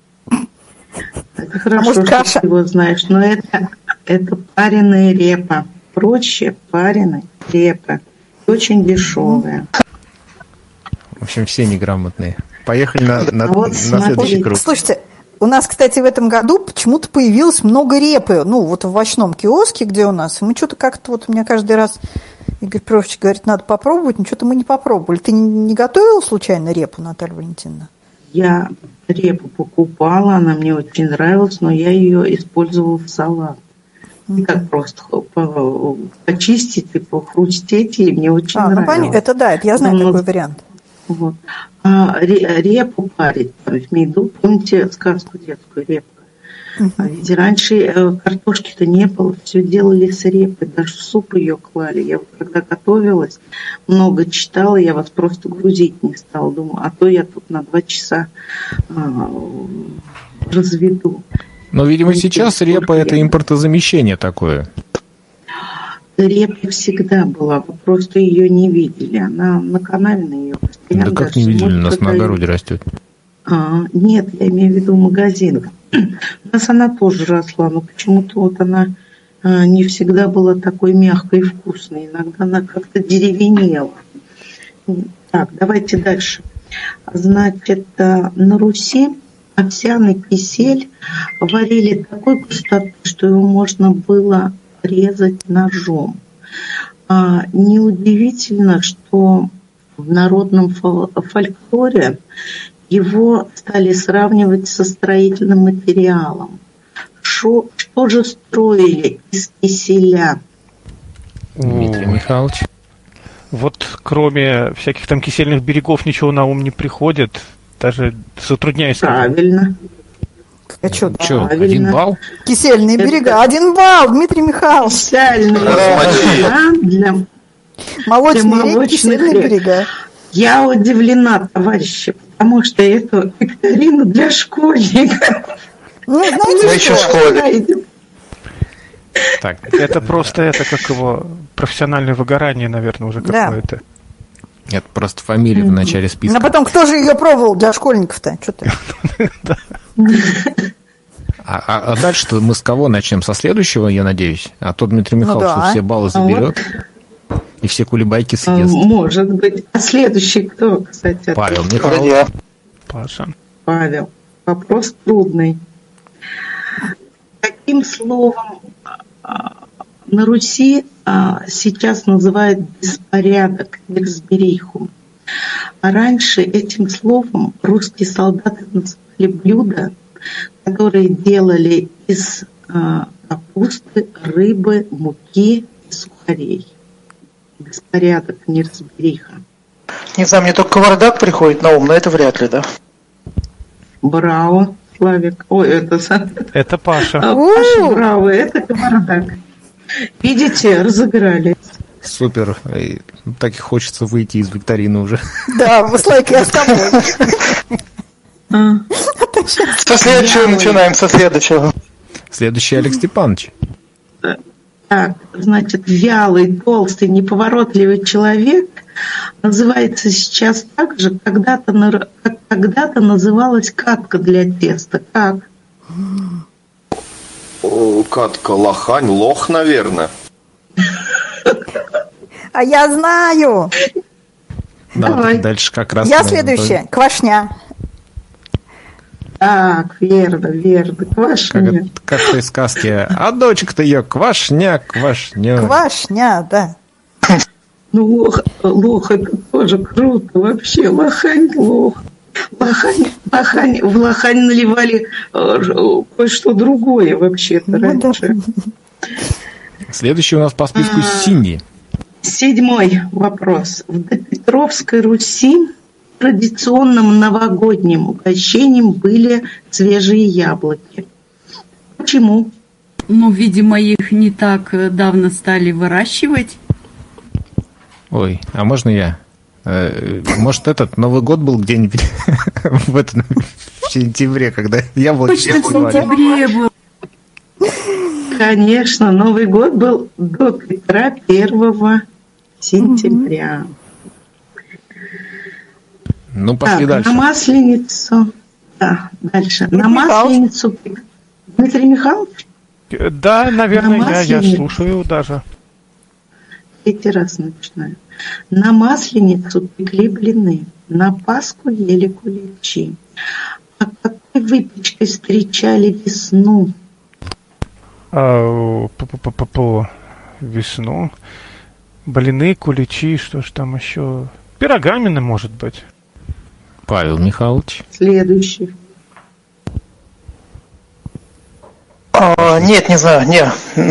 Это хорошо, может, что каша? ты его знаешь, но это пареная репа. Проще пареной репы. Очень дешевая. В общем, все неграмотные. Поехали на Вот следующий смотри. круг. Слушайте, у нас, кстати, в этом году почему-то появилось много репы. Ну, вот в овощном киоске, где у нас. И мы что-то как-то вот у меня каждый раз Игорь Петрович говорит, надо попробовать, но что-то мы не попробовали. Ты не готовила случайно репу, Наталья Валентиновна? Я репу покупала, она мне очень нравилась, но я ее использовала в салат. И так просто почистить и похрустеть, и мне очень Ну, нравилось. понятно. Это да, это я знаю такой вариант. Вот. Репу парить, имею в виду, помните сказку детскую «Репка»? А ведь раньше картошки-то не было, все делали с репой, даже в суп ее клали. Я вот когда готовилась, много читала, я вас просто грузить не стала. Думаю, а то я тут на 2 часа разведу. Но, видимо, сейчас репа – это импортозамещение такое. Репа всегда была, вы просто ее не видели. Она на канале на ее постоянно. Да как не видели, у нас на огороде растет. Нет, я имею в виду магазин. У нас она тоже росла, но почему-то вот она не всегда была такой мягкой и вкусной. Иногда она как-то деревенела. Так, давайте дальше. Значит, на Руси овсяный кисель варили такой густоты, что его можно было резать ножом. Неудивительно, что в народном фольклоре его стали сравнивать со строительным материалом. Что же строили из киселя? Дмитрий Михайлович. Вот кроме всяких там кисельных берегов ничего на ум не приходит. Даже затрудняюсь. Правильно. А что, Что, 1 балл? Кисельные берега. 1 балл, Дмитрий Михайлович. Кисельные для Молочные реки, молочных кисельные рек. берега. Я удивлена, товарищи, потому что это викторина для школьников. Ну, Мы знаете еще в что? школе. Так, Это просто как его профессиональное выгорание, наверное, уже Да. какое-то. это просто фамилия в начале списка. А потом, кто же ее пробовал для школьников-то? Что ты? А дальше-то мы с кого начнем? Со следующего, я надеюсь? А то Дмитрий Михайлович да. все баллы заберет и все кулебайки съест. Может быть. А следующий кто, кстати? Павел Вроде Михайлович. я. Паша. Павел. Вопрос трудный. Каким словом на Руси сейчас называют беспорядок, неразбериху? А раньше этим словом русские солдаты называли блюда, которые делали из капусты, рыбы, муки и сухарей. Беспорядок, неразбериха. Не знаю, мне только кавардак приходит на ум, но это вряд ли, да? Браво, Славик. Ой, это Это Паша. Паша, браво, это кавардак. Видите, разыгрались. Супер. И так и хочется выйти из викторины уже. Да, Слайк, я с тобой. Со следующего начинаем, со следующего. Следующий Олег Степанович. Так, значит, вялый, толстый, неповоротливый человек называется сейчас так же, как когда-то называлась катка для теста. Как? Катка, лохань, лох, наверное. А я знаю. Да, Давай. дальше как раз... Я следующая. Квашня. Так, верно, квашня. Как в той сказке. А дочка-то ее квашня. Квашня, да. Ну, лох это тоже круто вообще, лохань, лох. В лохань наливали кое-что другое вообще-то раньше. Следующий у нас по списку Синди. 7 вопрос. В допетровской Руси традиционным новогодним угощением были свежие яблоки. Почему? Ну, видимо, их не так давно стали выращивать. Ой, а можно я? Может, этот Новый год был где-нибудь в сентябре, когда яблоки... Точно в сентябре был. Конечно, Новый год был до Петра 1 сентября. Ну, пошли дальше. На Масленицу. Да, дальше. Дмитрий На Масленицу... Дмитрий Михайлович? Да, наверное, я слушаю даже. 3 раз начинаю. На Масленицу пекли блины, на Пасху ели куличи. А какой выпечкой встречали весну? Весну. Блины, куличи, что ж там еще? Пирогамины, может быть. Павел Михайлович. Следующий. Нет, не знаю, не.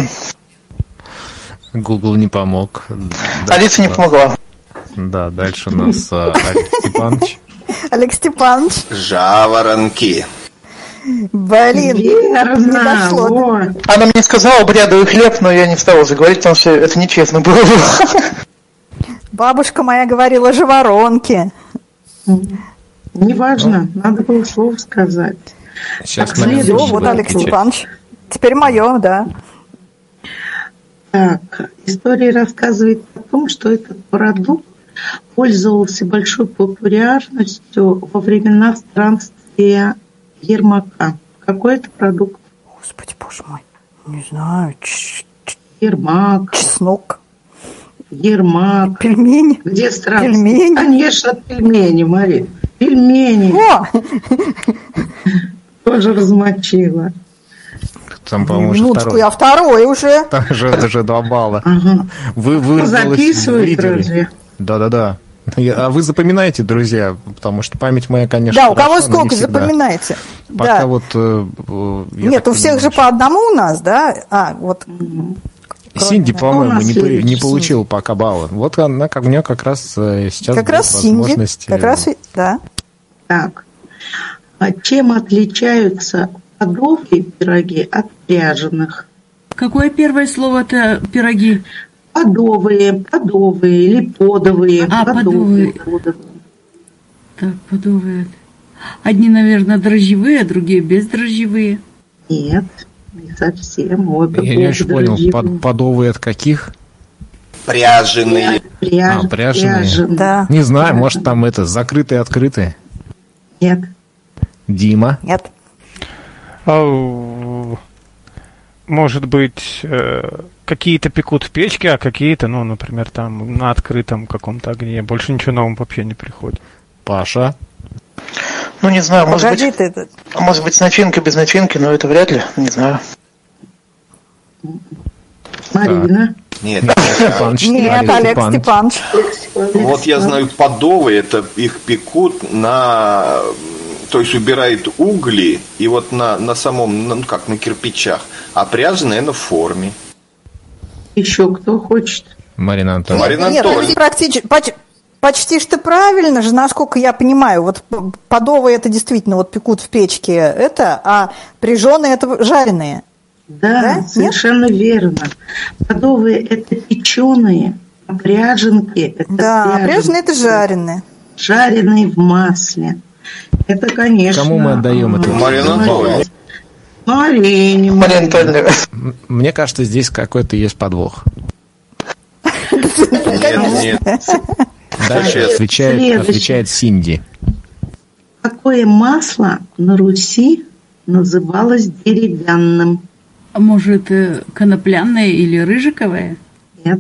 Google не помог. Алиса не помогла. Да, дальше у нас Олег Степанович. Олег Степанович. Жаворонки. Блин, не дошло. Во. Она мне сказала брядовый хлеб, но я не стала заговорить, потому что это нечестно было. Бабушка моя говорила жаворонки. Неважно, надо было слово сказать. Сейчас Так, Марина следующий Всё, вот будет Олег отвечать. Степанович. Теперь мое, да. Так, история рассказывает о том, что этот продукт пользовался большой популярностью во времена странствия Ермака. Какой это продукт? Господи, боже мой. Не знаю. Ермак. Чеснок. Ермак. Пельмени. Где странствие? Пельмени. Конечно, пельмени, Мария. Пельмени. О! Тоже размочила. Там, по-моему, уже Минуточку, второй. я второй уже. Там уже 2 балла. Ага. Вы вырвалась в Записывают лидеры. разве? Да. А вы запоминаете, друзья, потому что память моя, конечно, Да, у кого хороша, но не сколько, всегда. запоминайте. Пока Да. вот... Нет, у всех же по одному у нас, да? Вот. Синди, У по-моему, нас не следующий получил пока балла. Вот она, у нее как раз сейчас Как будет раз Синди. возможность... Как раз, да. Так. А чем отличаются подовые пироги от пряженых? Какое первое слово-то пироги? Подовые или подовые. Подовые. Так, подовые. Одни, наверное, дрожжевые, а другие бездрожжевые. Нет, не совсем. Обе Я не очень понял, дрожжевые. подовые от каких? Пряженые. Пряженые. Да. Не знаю, может там это закрытые, открытые. Нет. Дима. Нет. Может быть, какие-то пекут в печке, а какие-то, ну, например, там на открытом каком-то огне. Больше ничего нового вообще не приходит. Паша. Ну, не знаю, Погоди ты. может быть с начинкой, без начинки, но это вряд ли, не знаю. Марина. Нет. Степанович. Нет, Олег Степанович. Вот я знаю, подовые, это их пекут на... То есть убирают угли и вот на самом, ну как, на кирпичах. А пряженые, наверное, в форме. Еще кто хочет? Марина Анатольевна. Марина Нет, Анатольевна. почти что правильно же, насколько я понимаю. Вот подовые это действительно вот пекут в печке это, а прижженные это жареные. Да, Да? совершенно верно. Подовые это печеные, а пряженки это Да, пряженые это жареные. Жареные в масле. Это, конечно... Кому мы отдаем это? Марина Анатольевна. Марине. Мария Анатольевна. Мне кажется, здесь какой-то есть подвох. Нет. Дальше отвечает Синди. Какое масло на Руси называлось деревянным? А может, конопляное или рыжиковое? Нет.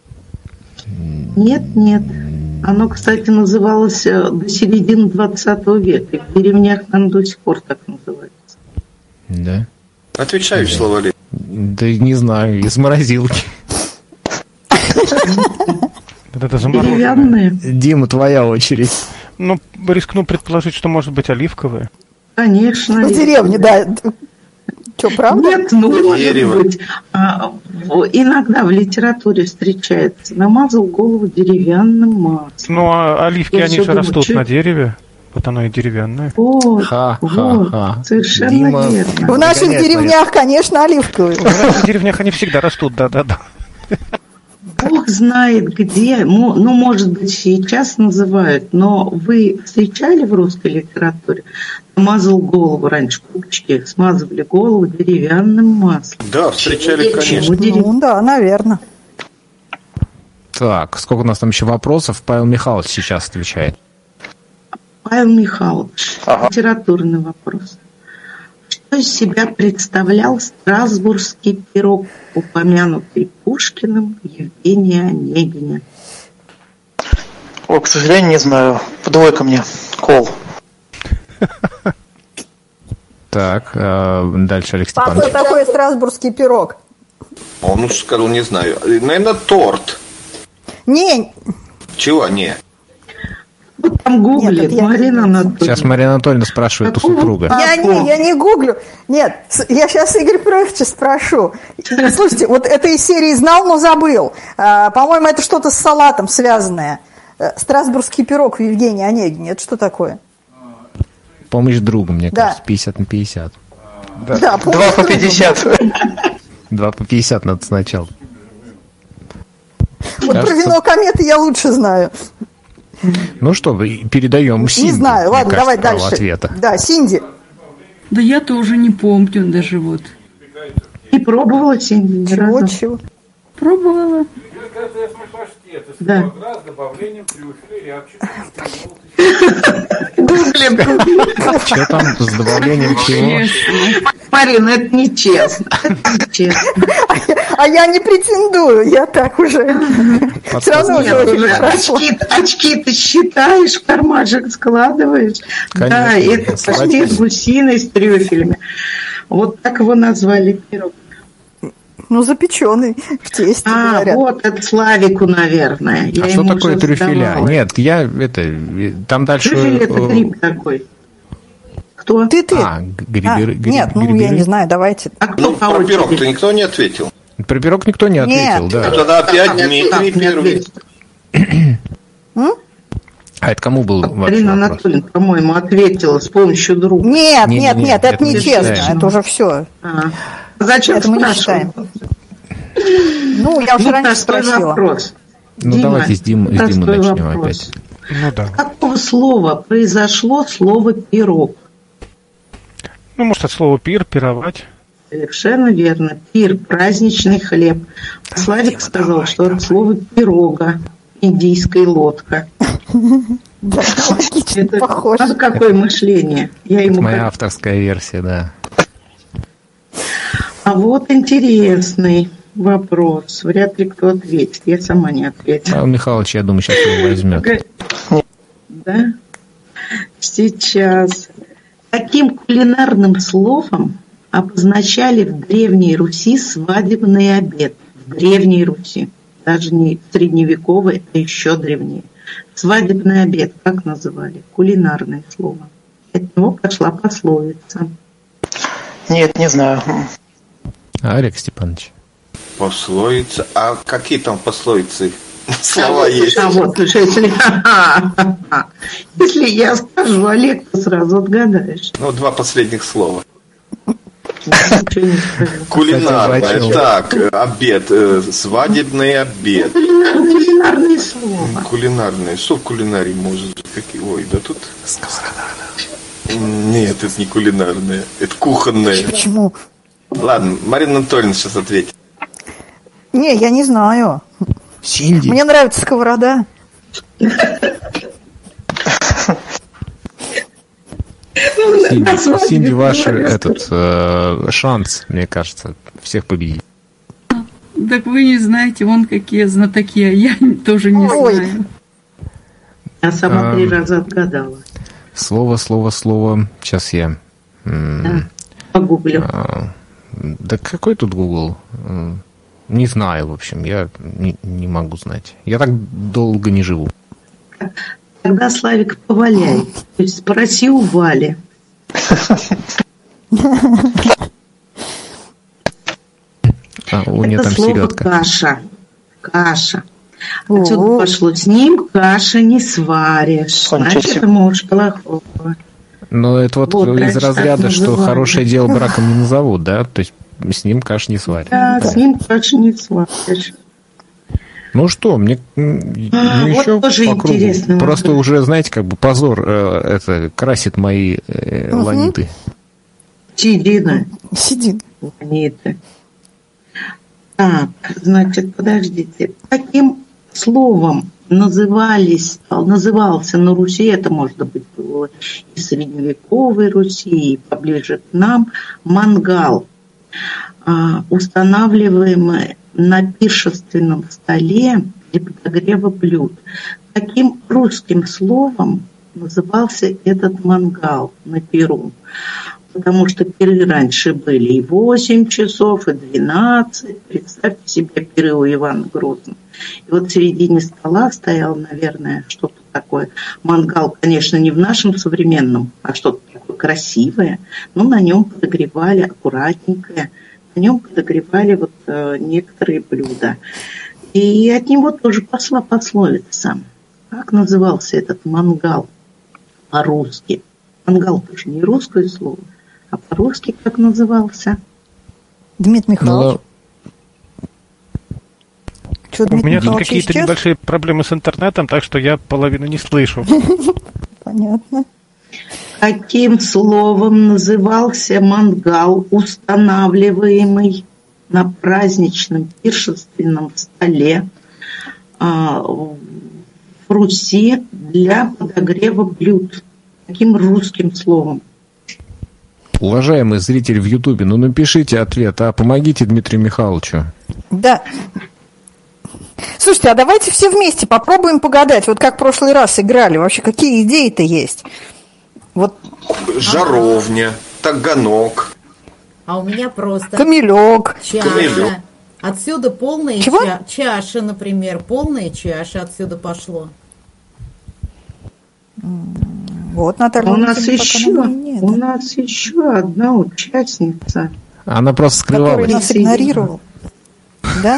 Нет. Оно, кстати, называлось до середины 20 века. В деревнях оно до сих пор так называется. Да? Отвечающий слово ли? Да не знаю, из морозилки. Это замороженное. Деревянные. Дима, твоя очередь. Ну, рискну предположить, что может быть оливковое. Конечно. В деревне, да. Что, правда? Нет, ну, Дерево. может быть. Иногда в литературе встречается. Намазал голову деревянным маслом. Ну, а оливки, Я они всё же думаю, растут чё- на дереве. Вот оно и деревянное. Вот, Ха-ха-ха. вот, совершенно Дима. верно. В наших Догоняет деревнях, конечно, оливковые. В наших деревнях они всегда растут, да-да-да. Бог знает где, ну, может быть, сейчас называют, но вы встречали в русской литературе? Намазал голову раньше, купчики смазывали голову деревянным маслом. Да, встречали, конечно. Ну да, наверное. Так, сколько у нас там еще вопросов? Павел Михайлович сейчас отвечает. Павел Михайлович, Ага. литературный вопрос. Что из себя представлял страсбургский пирог, упомянутый Пушкиным Евгения Онегине? Ой, к сожалению, не знаю. Двойка мне. Кол. Так, дальше Алексей А что Степанович. такое страсбургский пирог? Он уж сказал, не знаю. Наверное, торт. Не, Чего? Не. Вот там гуглит Нет, это я- Марина Анатольевна. Сейчас Марина Анатольевна спрашивает у супруга. я не гуглю. Нет, я сейчас Игоря Петровича спрошу. Слушайте, вот это из серии «Знал, но забыл». По-моему, это что-то с салатом связанное. Страсбургский пирог в Евгении Онегине. Это что такое? Помощь другу, мне Да. кажется, 50 на 50. Да, 2 по помню. 50. 2 по 50 надо сначала. Вот про Кажется- вино кометы я лучше знаю. Ну что, передаем Синди. Не знаю. мне Ладно, кажется, давай право дальше. ответа. Да, Синди. Да я тоже не помню даже вот. Не пробовала Синди ни разу? Чего? Пробовала. Да. Что там с добавлением чего? Честно. Марина, это нечестно. Это нечестно. А я не претендую, я так уже. Все равно уже Нет, очень уже хорошо. очки ты считаешь, в кармашек складываешь. Конечно, Да, это слать паштет будем. с гусиной с трюфелями. Вот так его назвали пирог. Ну, запеченный в тесте, говорят. вот это Славику, наверное. Я А что ему такое уже трюфеля? сдавала. Нет, там дальше... Трюфель это гриб такой. Кто? Ты. гриберы. Нет, ну я не знаю, давайте. А кто Ну, по про пирог-то очереди? никто не ответил. Про пирог никто не ответил, Нет. да. Тогда опять Как Дмитрий не первый. ответить? А это кому был вообще Марина вопрос? Анатольевна, по-моему, ответила с помощью друга. Нет, Не, нет, не, нет, это это мы не нечестно, считаем. это уже все. Зачем Это мы не спрашиваем? Ну, я уже Ну, раньше простой спросила. вопрос. Ну, давайте с Димы простой начнем вопрос. опять. Ну да. С какого слова произошло слово «пирог»? Ну, может, от слова пир, пировать. Совершенно верно. Пир, праздничный хлеб. Славик сказал, что от слова «пирога», индийская лодка. Да, логично, Это похоже. какое мышление? Я Это ему моя как- авторская версия, да. А вот интересный вопрос. Вряд ли кто ответит. Я сама не ответила. Павел Михайлович, я думаю, сейчас его возьмет. Да? Сейчас. Каким кулинарным словом обозначали в Древней Руси свадебный обед? В Древней Руси. Даже не средневековый, а еще древнее. Свадебный обед как называли? Кулинарное слово. От него пошла пословица. Нет, не знаю. Олег Степанович. Пословица. А какие там пословицы? Слова есть. А вот уже если я скажу, Олег, ты сразу отгадаешь. Ну, два последних слова. Ничего не скажу. Кулинарное. Кстати, Так, обед. Свадебный обед. Кулинарное слово. Кулинарное. Что в кулинарии может? Какие? Ой, да тут... Нет, это не кулинарное. Это кухонное. Почему? Ладно, Марина Анатольевна сейчас ответит. Не, я не знаю. Синди. Мне нравится сковорода. Синди, ваш этот шанс, мне кажется, всех победить. Так вы не знаете, вон какие знатоки, а я тоже не Ой. знаю. Я сама 3 раза отгадала. Слово. Сейчас я... Погуглю. Да какой тут Google? Не знаю, в общем, я не могу знать. Я так долго не живу. Тогда, Славик, поваляй. То есть спроси у Вали. У нее Это там слово селедка. каша. Каша. Отсюда пошло. С ним каши не сваришь. Значит, это муж плохого. Но это вот из раньше разряда, так что называли. хорошее дело браком не назовут, да? То есть с ним каш не сварят. Да, с ним каши не сваришь. Ну что, мне вот еще тоже по кругу. интересно. Просто уже, знаете, как бы позор это красит мои ланиты. Седина. Сидит. Ланиты. Так, значит, подождите. Каким словом назывался на Руси, это, может быть, было и средневековой Руси, и поближе к нам, мангал, устанавливаемый на пиршественном столе для подогрева блюд. Каким русским словом назывался этот мангал на пиру? Потому что пиры раньше были и 8 часов, и 12. Представьте себе пиры у Ивана Грозного. И вот в середине стола стоял, наверное, что-то такое. Мангал, конечно, не в нашем современном, а что-то такое красивое. Но на нем подогревали аккуратненькое. На нем подогревали вот некоторые блюда. И от него тоже пошла пословица. Как назывался этот мангал по-русски? Мангал тоже не русское слово. А по-русски как назывался? Дмитрий Михайлович. Что, У Дмитрий меня тут Михайлович какие-то исчез? небольшие проблемы с интернетом, так что я половину не слышу. Понятно. Каким словом назывался мангал, устанавливаемый на праздничном пиршественном столе в Руси для подогрева блюд? Каким русским словом? Уважаемый зритель в Ютубе, ну напишите ответ, помогите Дмитрию Михайловичу. Да. Слушайте, а давайте все вместе попробуем погадать, вот как в прошлый раз играли. Вообще, какие идеи-то есть? Вот. Жаровня, таганок. А у меня просто Камелек. чаша. Камелек. Отсюда полная Чего? чаша, например. Полная чаша отсюда пошло. Вот, Наталья. У нас Валентиновна, пока у нас еще одна участница. Она просто который скрывалась. нас игнорировал. Да?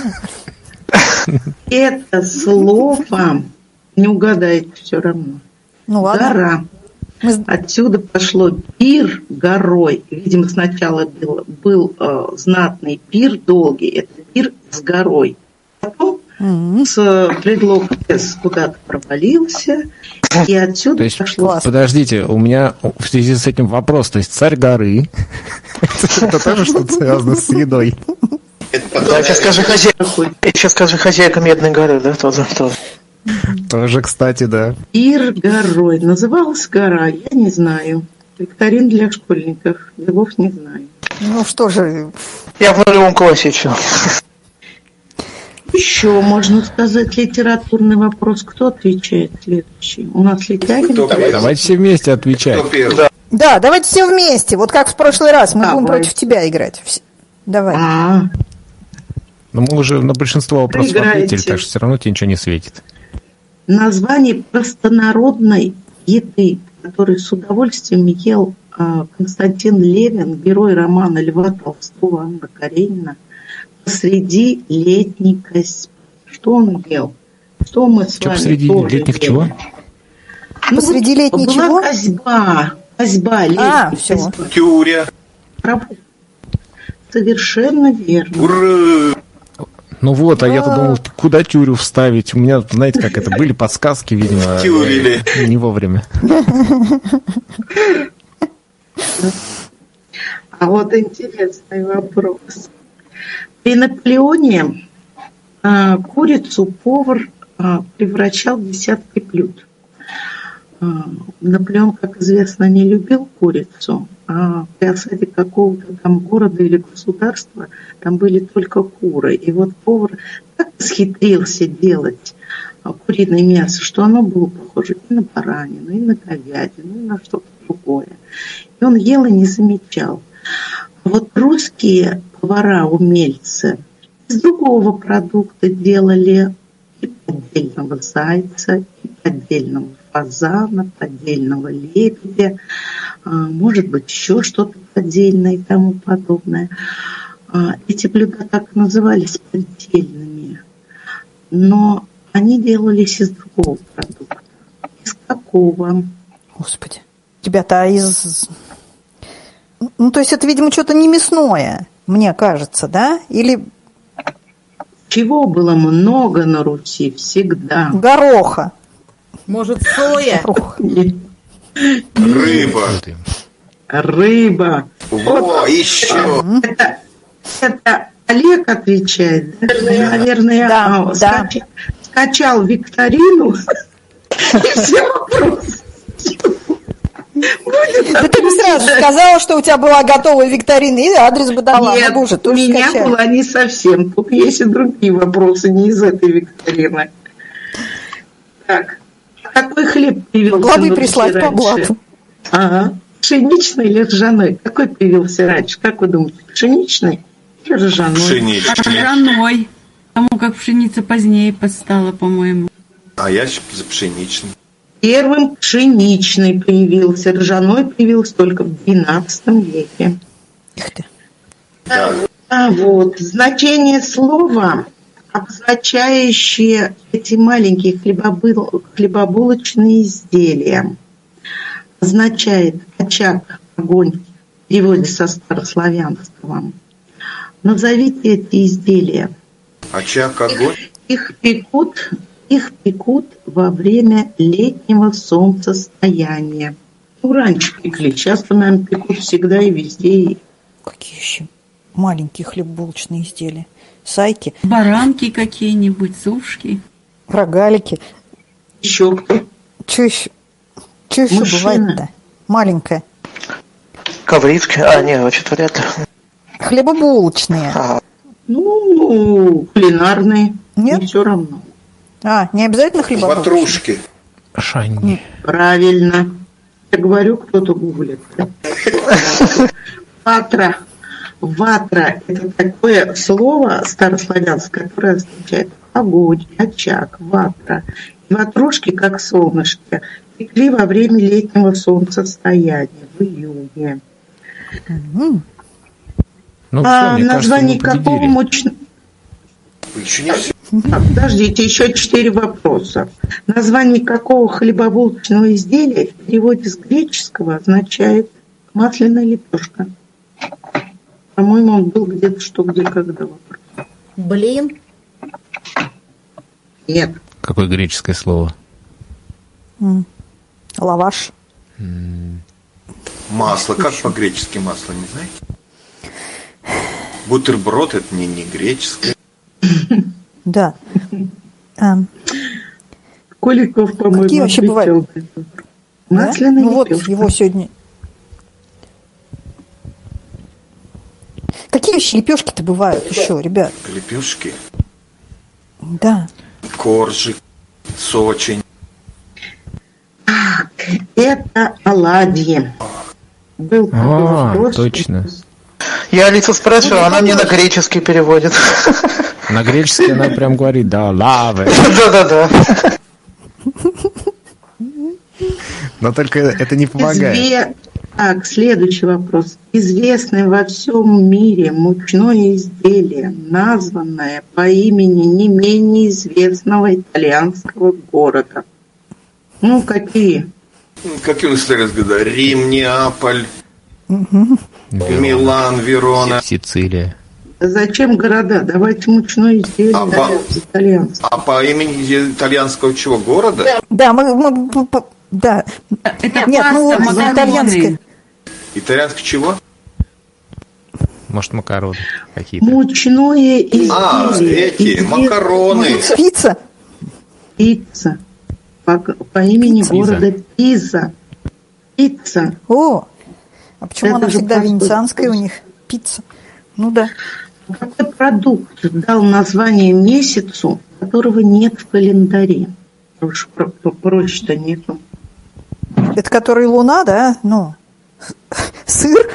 Это слово не угадаете все равно. Ну ладно. Гора. Отсюда пошло пир горой. Видимо, сначала был знатный пир долгий. Это пир с горой. Потом с предлогом «с» куда-то провалился. И отсюда То есть, пошло... подождите, у меня в связи с этим вопрос. То есть царь горы, это тоже что-то связано с едой. Да, сейчас скажи хозяйка Медной горы, да, тоже. Тоже, кстати, да. Пир горой. Называлась гора, я не знаю. Викторин для школьников. Львов не знаю. Ну что же. Я в нулевом классе еще. Еще можно сказать литературный вопрос. Кто отвечает следующий? У нас Летягин. Давайте все вместе отвечать. Да, давайте все вместе. Вот как в прошлый раз. Мы будем Давай. против тебя играть. Давай. Но мы уже на большинство вопросов Играете. ответили, так что все равно тебе ничего не светит. Название простонародной еды, которую с удовольствием ел Константин Левин, герой романа Льва Толстого, Анна Каренина, посреди летней косьбы. Что он ел? Что мы с Что вами посреди тоже летних ели? чего? Посреди летней была чего? Косьба, летняя всё. косьба. Тюря. Совершенно верно. Ура! Ну вот, а я-то думал, куда тюрю вставить. У меня, знаете, как это, были подсказки, видимо, Тюрили. не вовремя. А вот интересный вопрос. При Наполеоне курицу повар превращал в десятки блюд. Наполеон, как известно, не любил курицу, а при осаде какого-то там города или государства там были только куры. И вот повар так схитрился делать куриное мясо, что оно было похоже и на баранину, и на говядину, и на что-то другое. И он ел и не замечал. А вот русские повара-умельцы из другого продукта делали и поддельного зайца, и поддельного фазана, поддельного лебедя, может быть, еще что-то поддельное и тому подобное. Эти блюда так и назывались поддельными, но они делались из другого продукта. Из какого? Господи. Ребята, а из... Ну, то есть это, видимо, что-то не мясное, мне кажется, да? Или... Чего было много на Руси всегда? Гороха. Может, соя? Рыба. Во, еще. Это Олег отвечает, да? Наверное, да. Скачал викторину и все вопросы. Да ты бы сразу сказала, что у тебя была готовая викторина, и адрес бы дала. Нет, у меня была не совсем. Тут есть и другие вопросы, не из этой викторины. Так, какой хлеб появился Главы прислать по блату. Ага. Пшеничный или ржаной? Какой появился раньше? Как вы думаете, пшеничный или ржаной? Пшеничный. Ржаной. Потому как пшеница позднее подстала, по-моему. А я за пшеничный. Первым пшеничный появился, ржаной появился только в XII веке. Да. Вот. Значение слова, обозначающее эти маленькие хлебобулочные изделия, означает очаг, огонь, в переводе со старославянского. Назовите эти изделия. Очаг, огонь? Их пекут во время летнего солнцестояния. Ну, раньше пекли, сейчас-то, наверное, пекут всегда и везде. Какие еще маленькие хлебобулочные изделия? Сайки? Баранки какие-нибудь, сушки. Рогалики. Еще кто? Что еще бывает-то? Маленькое. Ковришки? Нет, что-то вряд ли. Хлебобулочные. Ну, кулинарные. Нет? Не все равно. Не обязательно хлебобулочные? Ватрушки. Шанни. Правильно. Я говорю, кто-то гуглит. Ватра. Ватра – это такое слово старославянское, которое означает огонь, очаг, ватра. И ватрушки, как солнышки, пекли во время летнего солнцестояния, в июне. Ну, все, мне название кажется, какого мучного... Еще не все. Подождите, еще 4 вопроса. Название какого хлебобулочного изделия в переводе с греческого означает масляная лепешка? По-моему, он был где-то что, где, когда вопрос. Блин. Нет. Какое греческое слово? Лаваш. Масло. Как по-гречески масло, не знаете? Бутерброд – это не греческое. Да. Коликов, по-моему, какие вообще бывают? Масляная лепешка. Вот лепешка. его сегодня... Какие вообще лепешки-то бывают еще, ребят? Лепешки? Да. Коржик, сочень. Это оладьи. Был такой вопрос. Точно. Я Алису спрашиваю, она мне на греческий переводит. На греческий она прям говорит, да, лавы. Да-да-да. Но только это не помогает. Так, следующий вопрос. Известное во всем мире мучное изделие, названное по имени не менее известного итальянского города. Ну, какие? Какие у нас сейчас года? Рим, Неаполь, Милан, Верона. Сицилия. Зачем города? Давайте мучное изделие итальянское. А по имени итальянского чего? Города? Да, да. Это Нет, паста, макароны. итальянское. Итальянское чего? Может, макароны какие-то. Мучное изделие. Макароны. Пицца. Пицца. По имени города Пиза. Пицца. О, а почему Это она же всегда простой венецианская у вопрос. них? Пицца. Ну да. Какой продукт дал название месяцу, которого нет в календаре? Уж проще-то нету. Это который луна, да? Ну, сыр.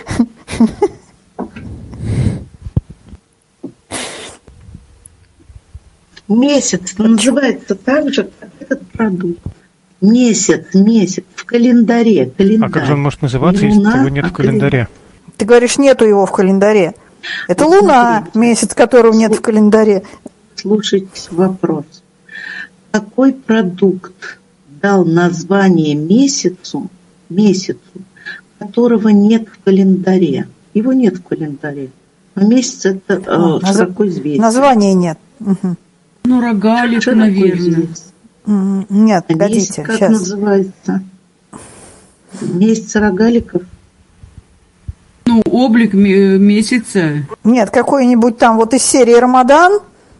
Месяц называется так же, как этот продукт. Месяц в календаре. А как же он может называться, если его нет в календаре? Ты говоришь, нету его в календаре. Это Луна, месяц, которого нет в календаре. Слушайте вопрос. Какой продукт дал название месяцу, которого нет в календаре? Его нет в календаре. А месяц это широко известно. Названия нет. Угу. Ну, рогалик, наверное. Нет, погодите. Месяц как сейчас. Называется? Месяц рогаликов? Ну, облик месяца. Нет, какой-нибудь там вот из серии Рамадан.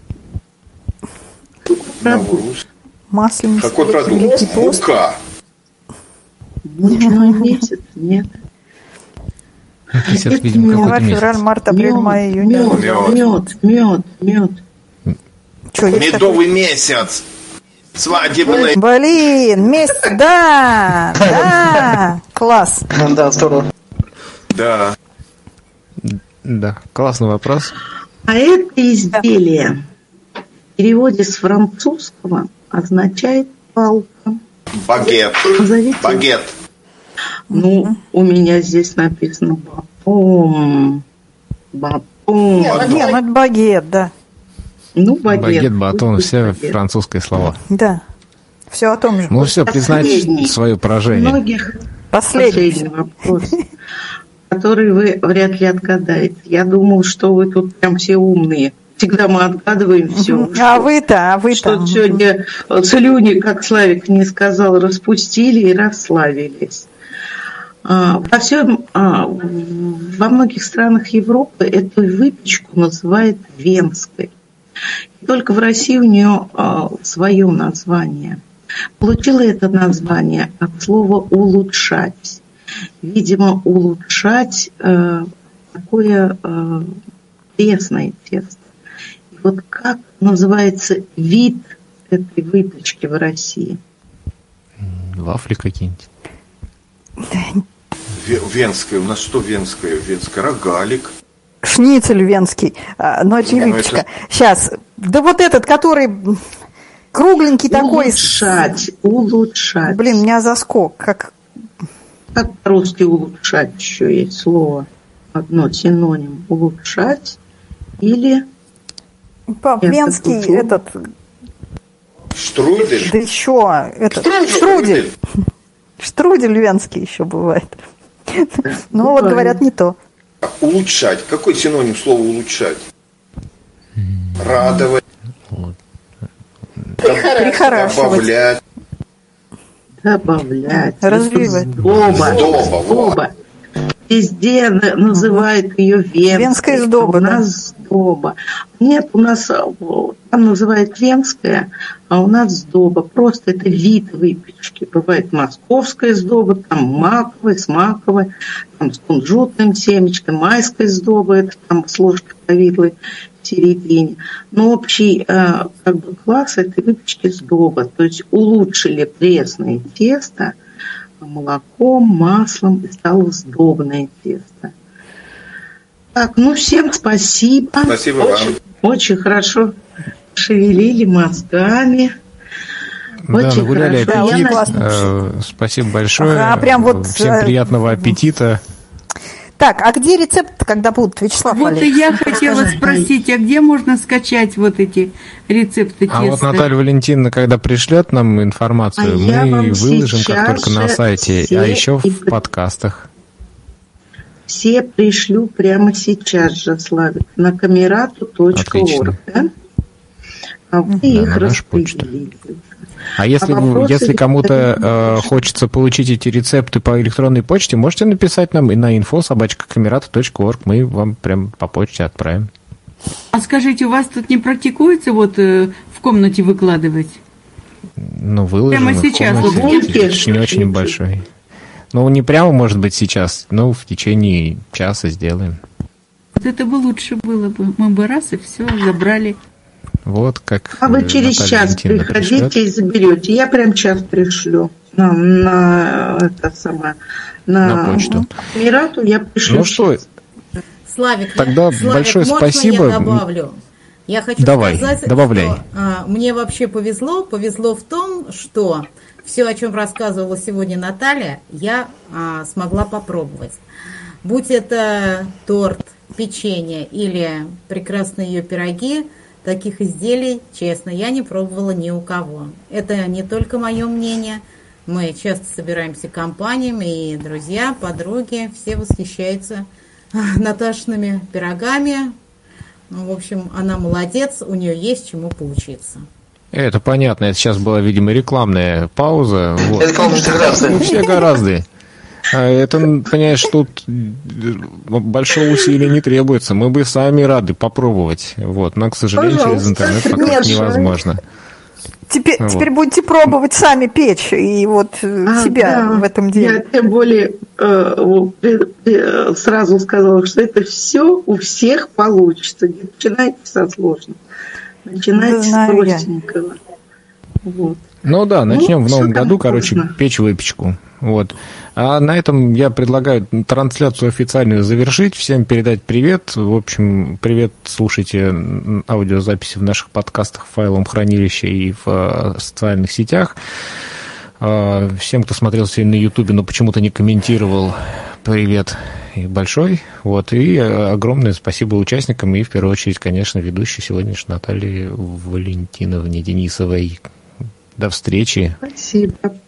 Масленица. Какой продукт? Мука. Мучной месяц? Нет. Месяц, видимо, какой-то месяц. Февраль, март, апрель, май, июнь. Мед. Что, есть Медовый месяц. Свадебный. Блин, месяц, да, класс. Да, здорово. Да. Да, классный вопрос. А это изделие в переводе с французского означает палка. Багет. Назовите. Багет. Ну, у меня здесь написано батон. Нет, ну это багет, да. Ну, багет. Багет, батон, все Багет. французские слова. Да, все о том же. Ну все, признать Последний. свое поражение. Многих Последний. вопрос, который вы вряд ли отгадаете. Я думал, что вы тут прям все умные. Всегда мы отгадываем все. А вы-то. Что сегодня слюни, как Славик не сказал, распустили и расслабились. Во многих странах Европы эту выпечку называют венской. И только в России у нее свое название. Получила это название от слова «улучшать». Видимо, улучшать такое пресное тесто. И вот как называется вид этой выпечки в России? Вафли какие-нибудь. Венская. У нас что венская? Венская рогалик. Шницель венский. Но это не выпечка. Сейчас. Да вот этот, который кругленький такой. Улучшать. Блин, у меня заскок. Как по-русски улучшать еще есть слово? Одно синоним. Улучшать или... Венский этот... Штрудель? Да еще этот... Штрудель. Штрудель венский еще бывает. Ну вот говорят не то. Улучшать. Какой синоним слова улучшать? Радовать. Прихорашивать. Добавлять. Развивать. Сдоба. Везде называют ее венской. Венская сдоба, у нас сдоба. Нет, у нас там называют венская, а у нас сдоба. Просто это вид выпечки. Бывает московская сдоба, там маковая, с маковой, там с кунжутным семечком, майская сдоба, это там с ложкой повидлой в середине. Но общий класс этой выпечки сдоба. То есть улучшили пресное тесто молоком, маслом, и стало сдобное тесто. Так, всем спасибо. Спасибо вам. Очень хорошо шевелили мозгами. Очень гуляли хорошо. аппетит. Спасибо большое. Прям вот, всем приятного аппетита. Так, а где рецепт, когда будут, Вячеслав Вот и Валерьевич? я хотела спросить, а где можно скачать вот эти рецепты теста? А вот Наталья Валентиновна, когда пришлет нам информацию, мы выложим как только на сайте, а еще в подкастах. Все пришлю прямо сейчас же, Славик, на камерату.орг, да? А вы их распределите. А если кому-то хочется получить эти рецепты по электронной почте, можете написать нам и на info@камерата.орг. Мы вам прям по почте отправим. А скажите, у вас тут не практикуется в комнате выкладывать? Выложим прямо сейчас. В комнате, не очень большой. Не прямо, может быть, сейчас, но в течение часа сделаем. Вот это бы лучше было бы. Мы бы раз и все забрали. Вот как. А вы через час приходите и заберете. Я прям час пришлю на почту. Камерату я пришлю. Ну что, Славик, тогда большое можно спасибо. Я добавлю? Я хочу сказать, добавляй. Что мне вообще повезло. Повезло в том, что все, о чем рассказывала сегодня Наталья, я смогла попробовать. Будь это торт, печенье или прекрасные ее пироги, таких изделий, честно, я не пробовала ни у кого. Это не только мое мнение. Мы часто собираемся компаниями, и друзья, подруги, все восхищаются Наташиными пирогами. Ну, в общем, она молодец, у нее есть чему поучиться. Это понятно, это сейчас была, видимо, рекламная пауза. Вот. Реклама же гораздо. Все гораздо. Это, понимаешь, тут большого усилия не требуется. Мы бы сами рады попробовать. Вот. Но, к сожалению, через интернет пока невозможно. Теперь будете пробовать сами печь и вот себя в этом деле. Я тем более сразу сказала, что это все у всех получится. Не начинайте со сложного. Начинайте с простенького. Вот. Ну да, начнем в новом году, печь выпечку. Вот. А на этом я предлагаю трансляцию официальную завершить, всем передать привет. В общем, привет, слушайте аудиозаписи в наших подкастах, в файловом хранилище и в социальных сетях. Всем, кто смотрел сегодня на Ютубе, но почему-то не комментировал, привет и большой. Вот. И огромное спасибо участникам и, в первую очередь, конечно, ведущей сегодняшней Наталье Валентиновне Денисовой. До встречи. Спасибо.